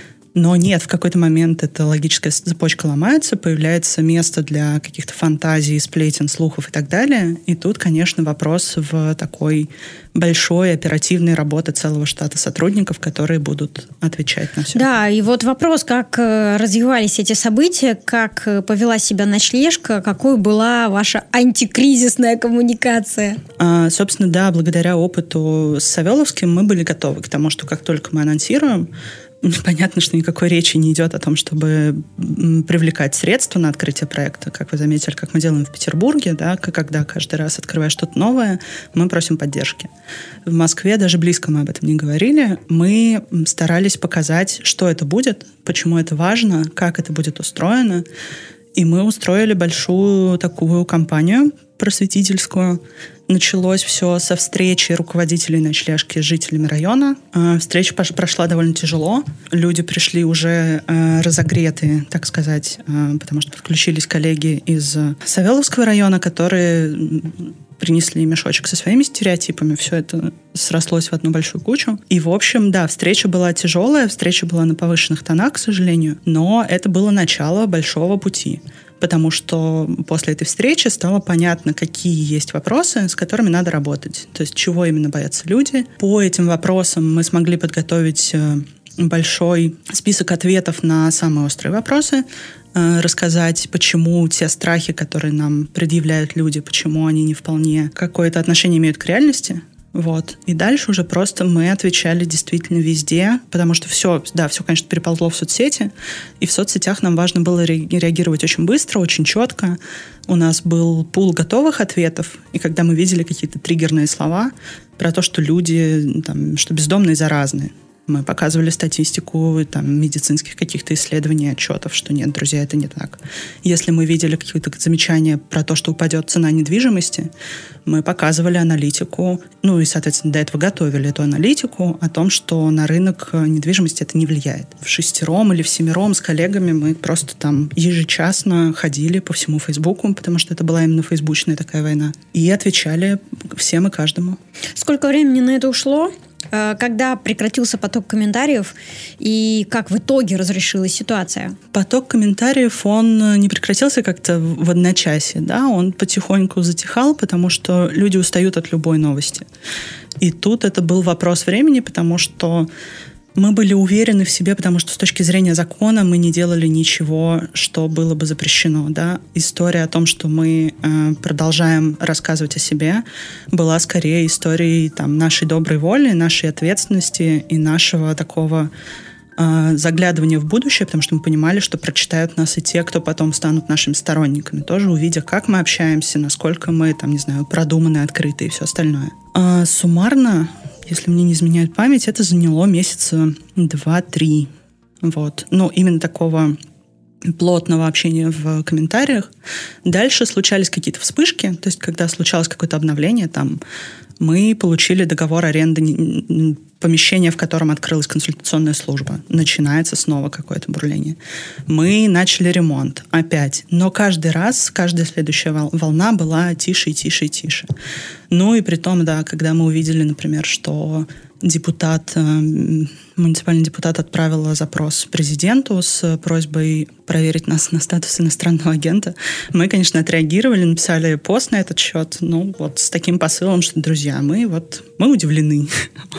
Но нет, в какой-то момент эта логическая цепочка ломается, появляется место для каких-то фантазий, сплетен, слухов и так далее. И тут, конечно, вопрос в такой большой оперативной работы целого штата сотрудников, которые будут отвечать на все. Да, и вот вопрос, как развивались эти события, как повела себя ночлежка, какой была ваша антикризисная коммуникация? А, собственно, да, благодаря опыту с Савеловским мы были готовы к тому, что как только мы анонсируем, Понятно, что никакой речи не идет о том, чтобы привлекать средства на открытие проекта. Как вы заметили, как мы делаем в Петербурге, да, когда каждый раз открываешь что-то новое, мы просим поддержки. В Москве даже близко мы об этом не говорили. Мы старались показать, что это будет, почему это важно, как это будет устроено. И мы устроили большую такую кампанию просветительскую. Началось все со встречи руководителей ночлежки с жителями района. Встреча прошла довольно тяжело. Люди пришли уже разогретые, так сказать, потому что подключились коллеги из Савеловского района, которые принесли мешочек со своими стереотипами. Все это срослось в одну большую кучу. И, в общем, да, встреча была тяжелая, встреча была на повышенных тонах, к сожалению, но это было начало большого пути. Потому что после этой встречи стало понятно, какие есть вопросы, с которыми надо работать. То есть чего именно боятся люди. По этим вопросам мы смогли подготовить большой список ответов на самые острые вопросы, рассказать, почему те страхи, которые нам предъявляют люди, почему они не вполне какое-то отношение имеют к реальности. Вот. И дальше уже просто мы отвечали действительно везде, потому что все, да, все, конечно, переползло в соцсети, и в соцсетях нам важно было реагировать очень быстро, очень четко. У нас был пул готовых ответов, и когда мы видели какие-то триггерные слова про то, что люди, там, что бездомные заразны, мы показывали статистику там, медицинских каких-то исследований, отчетов, что нет, друзья, это не так. Если мы видели какие-то замечания про то, что упадет цена недвижимости, мы показывали аналитику, ну и, соответственно, до этого готовили эту аналитику о том, что на рынок недвижимости это не влияет. В шестером или в семером с коллегами мы просто там ежечасно ходили по всему Фейсбуку, потому что это была именно фейсбучная такая война, и отвечали всем и каждому. Сколько времени на это ушло? Когда прекратился поток комментариев и как в итоге разрешилась ситуация? Поток комментариев, он не прекратился как-то в одночасье, да, он потихоньку затихал, потому что люди устают от любой новости. И тут это был вопрос времени, потому что мы были уверены в себе, потому что с точки зрения закона мы не делали ничего, что было бы запрещено. Да? История о том, что мы э, продолжаем рассказывать о себе, была скорее историей там, нашей доброй воли, нашей ответственности и нашего такого э, заглядывания в будущее, потому что мы понимали, что прочитают нас и те, кто потом станут нашими сторонниками, тоже увидя, как мы общаемся, насколько мы, там, не знаю, продуманы, открыты и все остальное. А суммарно, если мне не изменяет память, это заняло месяца два-три. Вот. Ну, именно такого плотного общения в комментариях. Дальше случались какие-то вспышки, то есть когда случалось какое-то обновление, там мы получили договор аренды помещения, в котором открылась консультационная служба. Начинается снова какое-то бурление. Мы начали ремонт опять. Но каждый раз, каждая следующая волна была тише и тише и тише. Ну и при том, да, когда мы увидели, например, что депутат, муниципальный депутат отправил запрос президенту с просьбой проверить нас на статус иностранного агента, мы, конечно, отреагировали, написали пост на этот счет, ну, вот с таким посылом, что, друзья, мы вот, мы удивлены,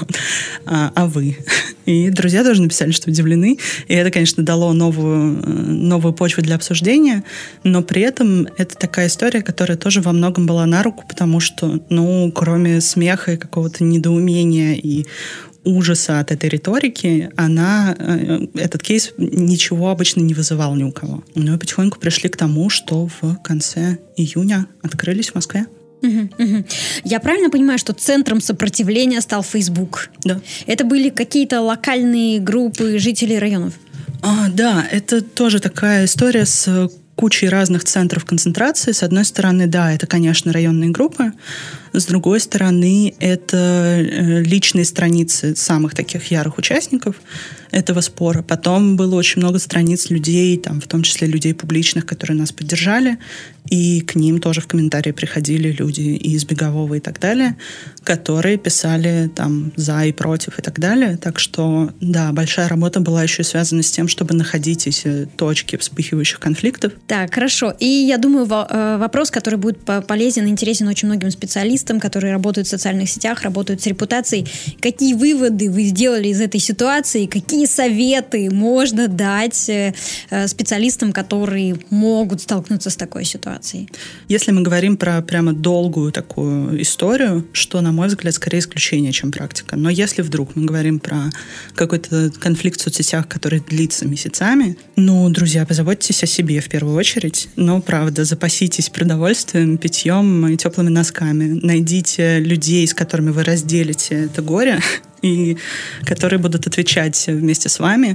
а, а вы? И друзья тоже написали, что удивлены, и это, конечно, дало новую, новую почву для обсуждения, но при этом это такая история, которая тоже во многом была на руку, потому что, ну, кроме смеха и какого-то недоумения и ужаса от этой риторики, она, этот кейс ничего обычно не вызывал ни у кого. Ну и потихоньку пришли к тому, что в конце июня открылись в Москве. Угу, угу. Я правильно понимаю, что центром сопротивления стал Facebook? Да. Это были какие-то локальные группы жителей районов? А, да, это тоже такая история с кучей разных центров концентрации. С одной стороны, да, это, конечно, районные группы. С другой стороны, это личные страницы самых таких ярых участников этого спора. Потом было очень много страниц людей, там, в том числе людей публичных, которые нас поддержали, и к ним тоже в комментарии приходили люди и из Бегового и так далее, которые писали там за и против и так далее. Так что, да, большая работа была еще связана с тем, чтобы находить эти точки вспыхивающих конфликтов. Так, хорошо. И я думаю, вопрос, который будет полезен и интересен очень многим специалистам, которые работают в социальных сетях, работают с репутацией. Какие выводы вы сделали из этой ситуации? Какие советы можно дать специалистам, которые могут столкнуться с такой ситуацией? ситуации? Если мы говорим про прямо долгую такую историю, что, на мой взгляд, скорее исключение, чем практика. Но если вдруг мы говорим про какой-то конфликт в соцсетях, который длится месяцами, ну, друзья, позаботьтесь о себе в первую очередь. Но, правда, запаситесь продовольствием, питьем и теплыми носками. Найдите людей, с которыми вы разделите это горе, и которые будут отвечать вместе с вами.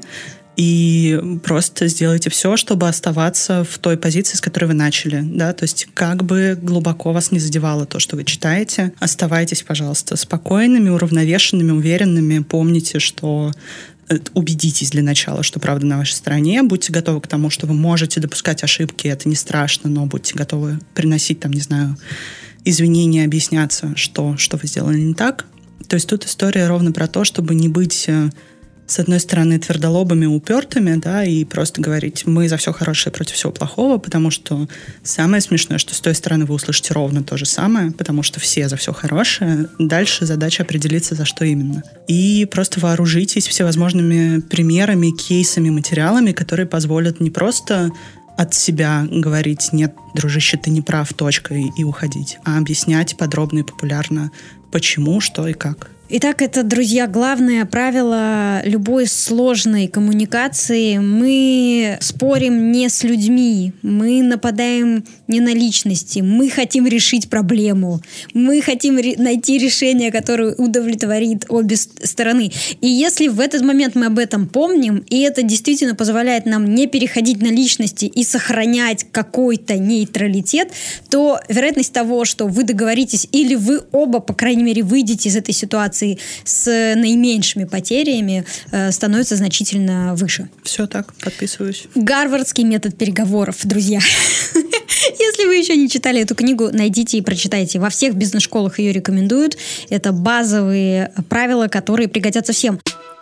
И просто сделайте все, чтобы оставаться в той позиции, с которой вы начали. Да? То есть как бы глубоко вас не задевало то, что вы читаете, оставайтесь, пожалуйста, спокойными, уравновешенными, уверенными. Помните, что убедитесь для начала, что правда на вашей стороне. Будьте готовы к тому, что вы можете допускать ошибки. Это не страшно, но будьте готовы приносить, там, не знаю, извинения, объясняться, что, что вы сделали не так. То есть тут история ровно про то, чтобы не быть... с одной стороны, твердолобыми, упертыми, да, и просто говорить, мы за все хорошее против всего плохого, потому что самое смешное, что с той стороны вы услышите ровно то же самое, потому что все за все хорошее. Дальше задача определиться, за что именно. И просто вооружитесь всевозможными примерами, кейсами, материалами, которые позволят не просто от себя говорить, нет, дружище, ты не прав, точка, и, и уходить, а объяснять подробно и популярно, почему, что и как. Итак, это, друзья, главное правило любой сложной коммуникации. Мы спорим не с людьми, мы нападаем не на личности, мы хотим решить проблему, мы хотим ре- найти решение, которое удовлетворит обе стороны. И если в этот момент мы об этом помним, и это действительно позволяет нам не переходить на личности и сохранять какой-то нейтралитет, то вероятность того, что вы договоритесь или вы оба, по крайней мере, выйдете из этой ситуации с наименьшими потерями, э, становится значительно выше. Все так, подписываюсь. Гарвардский метод переговоров, друзья. Если вы еще не читали эту книгу, найдите и прочитайте. Во всех бизнес-школах ее рекомендуют. Это базовые правила, которые пригодятся всем.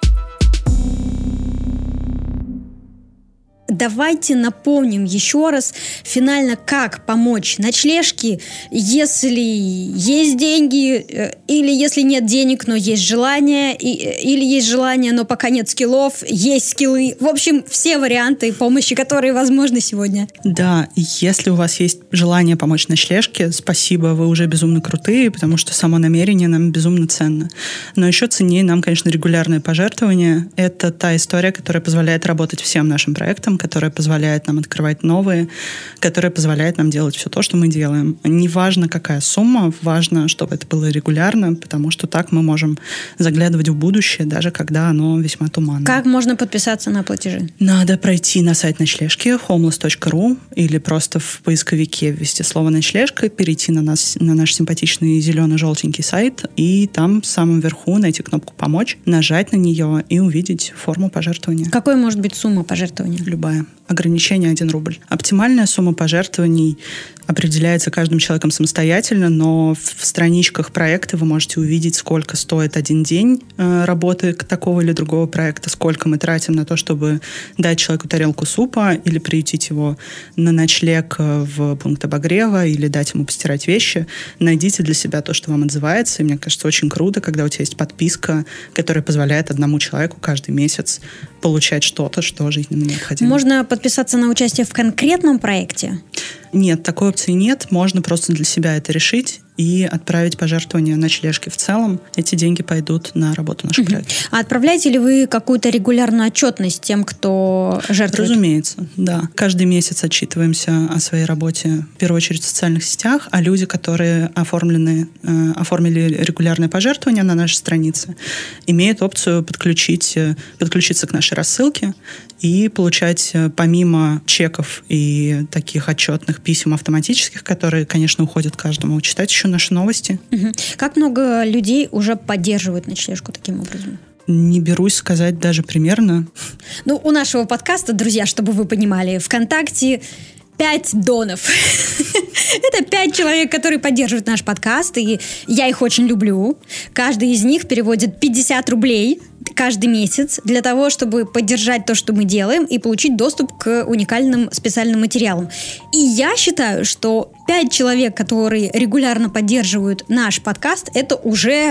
Давайте напомним еще раз финально, как помочь ночлежке, если есть деньги, или если нет денег, но есть желание, или есть желание, но пока нет скиллов, есть скиллы. В общем, все варианты помощи, которые возможны сегодня. Да, если у вас есть желание помочь ночлежке, спасибо, вы уже безумно крутые, потому что само намерение нам безумно ценно. Но еще ценнее нам, конечно, регулярное пожертвование. Это та история, которая позволяет работать всем нашим проектам, которая позволяет нам открывать новые, которая позволяет нам делать все то, что мы делаем. Неважно, какая сумма, важно, чтобы это было регулярно, потому что так мы можем заглядывать в будущее, даже когда оно весьма туманно. Как можно подписаться на платежи? Надо пройти на сайт ночлежки homeless точка ру или просто в поисковике ввести слово «ночлежка», перейти на, нас, на наш симпатичный зелено-желтенький сайт и там в самом верху найти кнопку «Помочь», нажать на нее и увидеть форму пожертвования. Какой может быть сумма пожертвования? Любая. Ограничение один рубль. Оптимальная сумма пожертвований определяется каждым человеком самостоятельно, но в страничках проекта вы можете увидеть, сколько стоит один день э, работы такого или другого проекта, сколько мы тратим на то, чтобы дать человеку тарелку супа или приютить его на ночлег в пункт обогрева или дать ему постирать вещи. Найдите для себя то, что вам отзывается. И мне кажется, очень круто, когда у тебя есть подписка, которая позволяет одному человеку каждый месяц получать что-то, что жизненно необходимо. Можно подписаться на участие в конкретном проекте? Нет, такой опции нет. Можно просто для себя это решить и отправить пожертвования ночлежки в целом. Эти деньги пойдут на работу наших проектов. А отправляете ли вы какую-то регулярную отчетность тем, кто жертвует? Разумеется, да. Каждый месяц отчитываемся о своей работе, в первую очередь в социальных сетях, а люди, которые оформлены, э, оформили регулярное пожертвование на нашей странице, имеют опцию подключить, подключиться к нашей рассылке и получать помимо чеков и таких отчетных писем автоматических, которые, конечно, уходят каждому, читать еще наши новости. Угу. Как много людей уже поддерживают ночлежку таким образом? Не берусь сказать даже примерно. Ну, у нашего подкаста, друзья, чтобы вы понимали, ВКонтакте пять донов. Это пять человек, которые поддерживают наш подкаст, и я их очень люблю. Каждый из них переводит пятьдесят рублей каждый месяц для того, чтобы поддержать то, что мы делаем, и получить доступ к уникальным специальным материалам. И я считаю, что пять человек, которые регулярно поддерживают наш подкаст, это уже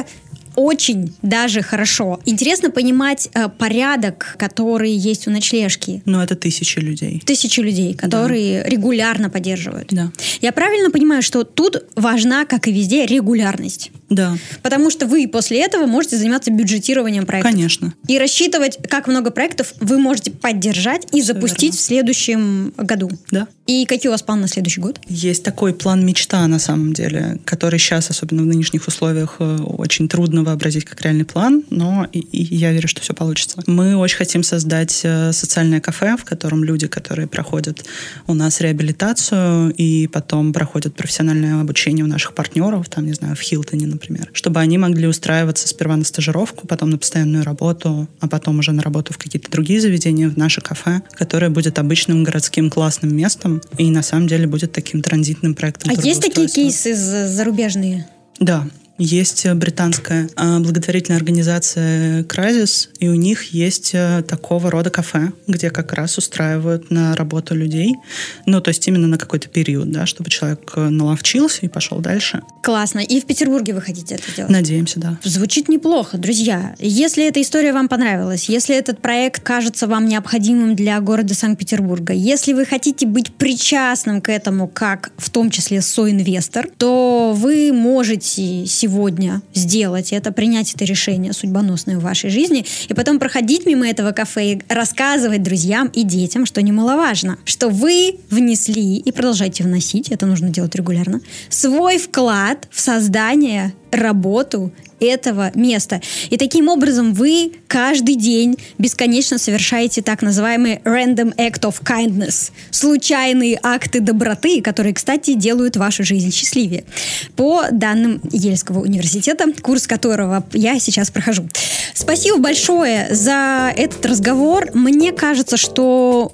очень даже хорошо. Интересно понимать э, порядок, который есть у ночлежки. Ну, это тысячи людей. Тысячи людей, которые да. регулярно поддерживают. Да. Я правильно понимаю, что тут важна, как и везде, регулярность? Да. Потому что вы после этого можете заниматься бюджетированием проектов. Конечно. И рассчитывать, как много проектов вы можете поддержать и Все запустить верно. В следующем году. Да. И какие у вас планы на следующий год? Есть такой план мечта, на самом деле, который сейчас, особенно в нынешних условиях, очень трудно вообразить как реальный план, но и, и я верю, что все получится. Мы очень хотим создать социальное кафе, в котором люди, которые проходят у нас реабилитацию и потом проходят профессиональное обучение у наших партнеров, там, не знаю, в Хилтоне, например, чтобы они могли устраиваться сперва на стажировку, потом на постоянную работу, а потом уже на работу в какие-то другие заведения, в наше кафе, которое будет обычным городским классным местом и на самом деле будет таким транзитным проектом. А есть такие кейсы зарубежные? Да. Есть британская благотворительная организация Crazis, и у них есть такого рода кафе, где как раз устраивают на работу людей. Ну, то есть именно на какой-то период, да, чтобы человек наловчился и пошел дальше. Классно. И в Петербурге вы хотите это делать? Надеемся, да. Звучит неплохо, друзья. Если эта история вам понравилась, если этот проект кажется вам необходимым для города Санкт-Петербурга, если вы хотите быть причастным к этому, как в том числе соинвестор, то вы можете сегодня сегодня сделать это, принять это решение судьбоносное в вашей жизни, и потом проходить мимо этого кафе и рассказывать друзьям и детям, что немаловажно, что вы внесли и продолжаете вносить, это нужно делать регулярно, свой вклад в создание, работу этого места. И таким образом вы каждый день бесконечно совершаете так называемый random act of kindness, случайные акты доброты, которые, кстати, делают вашу жизнь счастливее. По данным Ельского университета, курс которого я сейчас прохожу. Спасибо большое за этот разговор. Мне кажется, что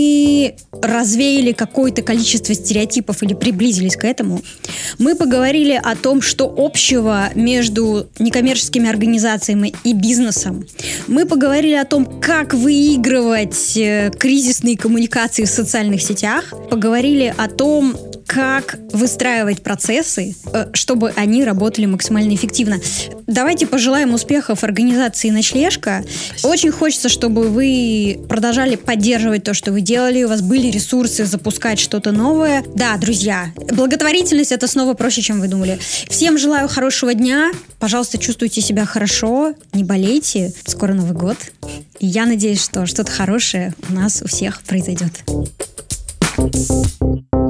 мы развеяли какое-то количество стереотипов или приблизились к этому. Мы поговорили о том, что общего между некоммерческими организациями и бизнесом. Мы поговорили о том, как выигрывать кризисные коммуникации в социальных сетях. Поговорили о том, как выстраивать процессы, чтобы они работали максимально эффективно. Давайте пожелаем успехов организации «Ночлежка». Спасибо. Очень хочется, чтобы вы продолжали поддерживать то, что вы делали, у вас были ресурсы запускать что-то новое. Да, друзья, благотворительность — это снова проще, чем вы думали. Всем желаю хорошего дня. Пожалуйста, чувствуйте себя хорошо, не болейте. Скоро Новый год. И я надеюсь, что что-то хорошее у нас у всех произойдет.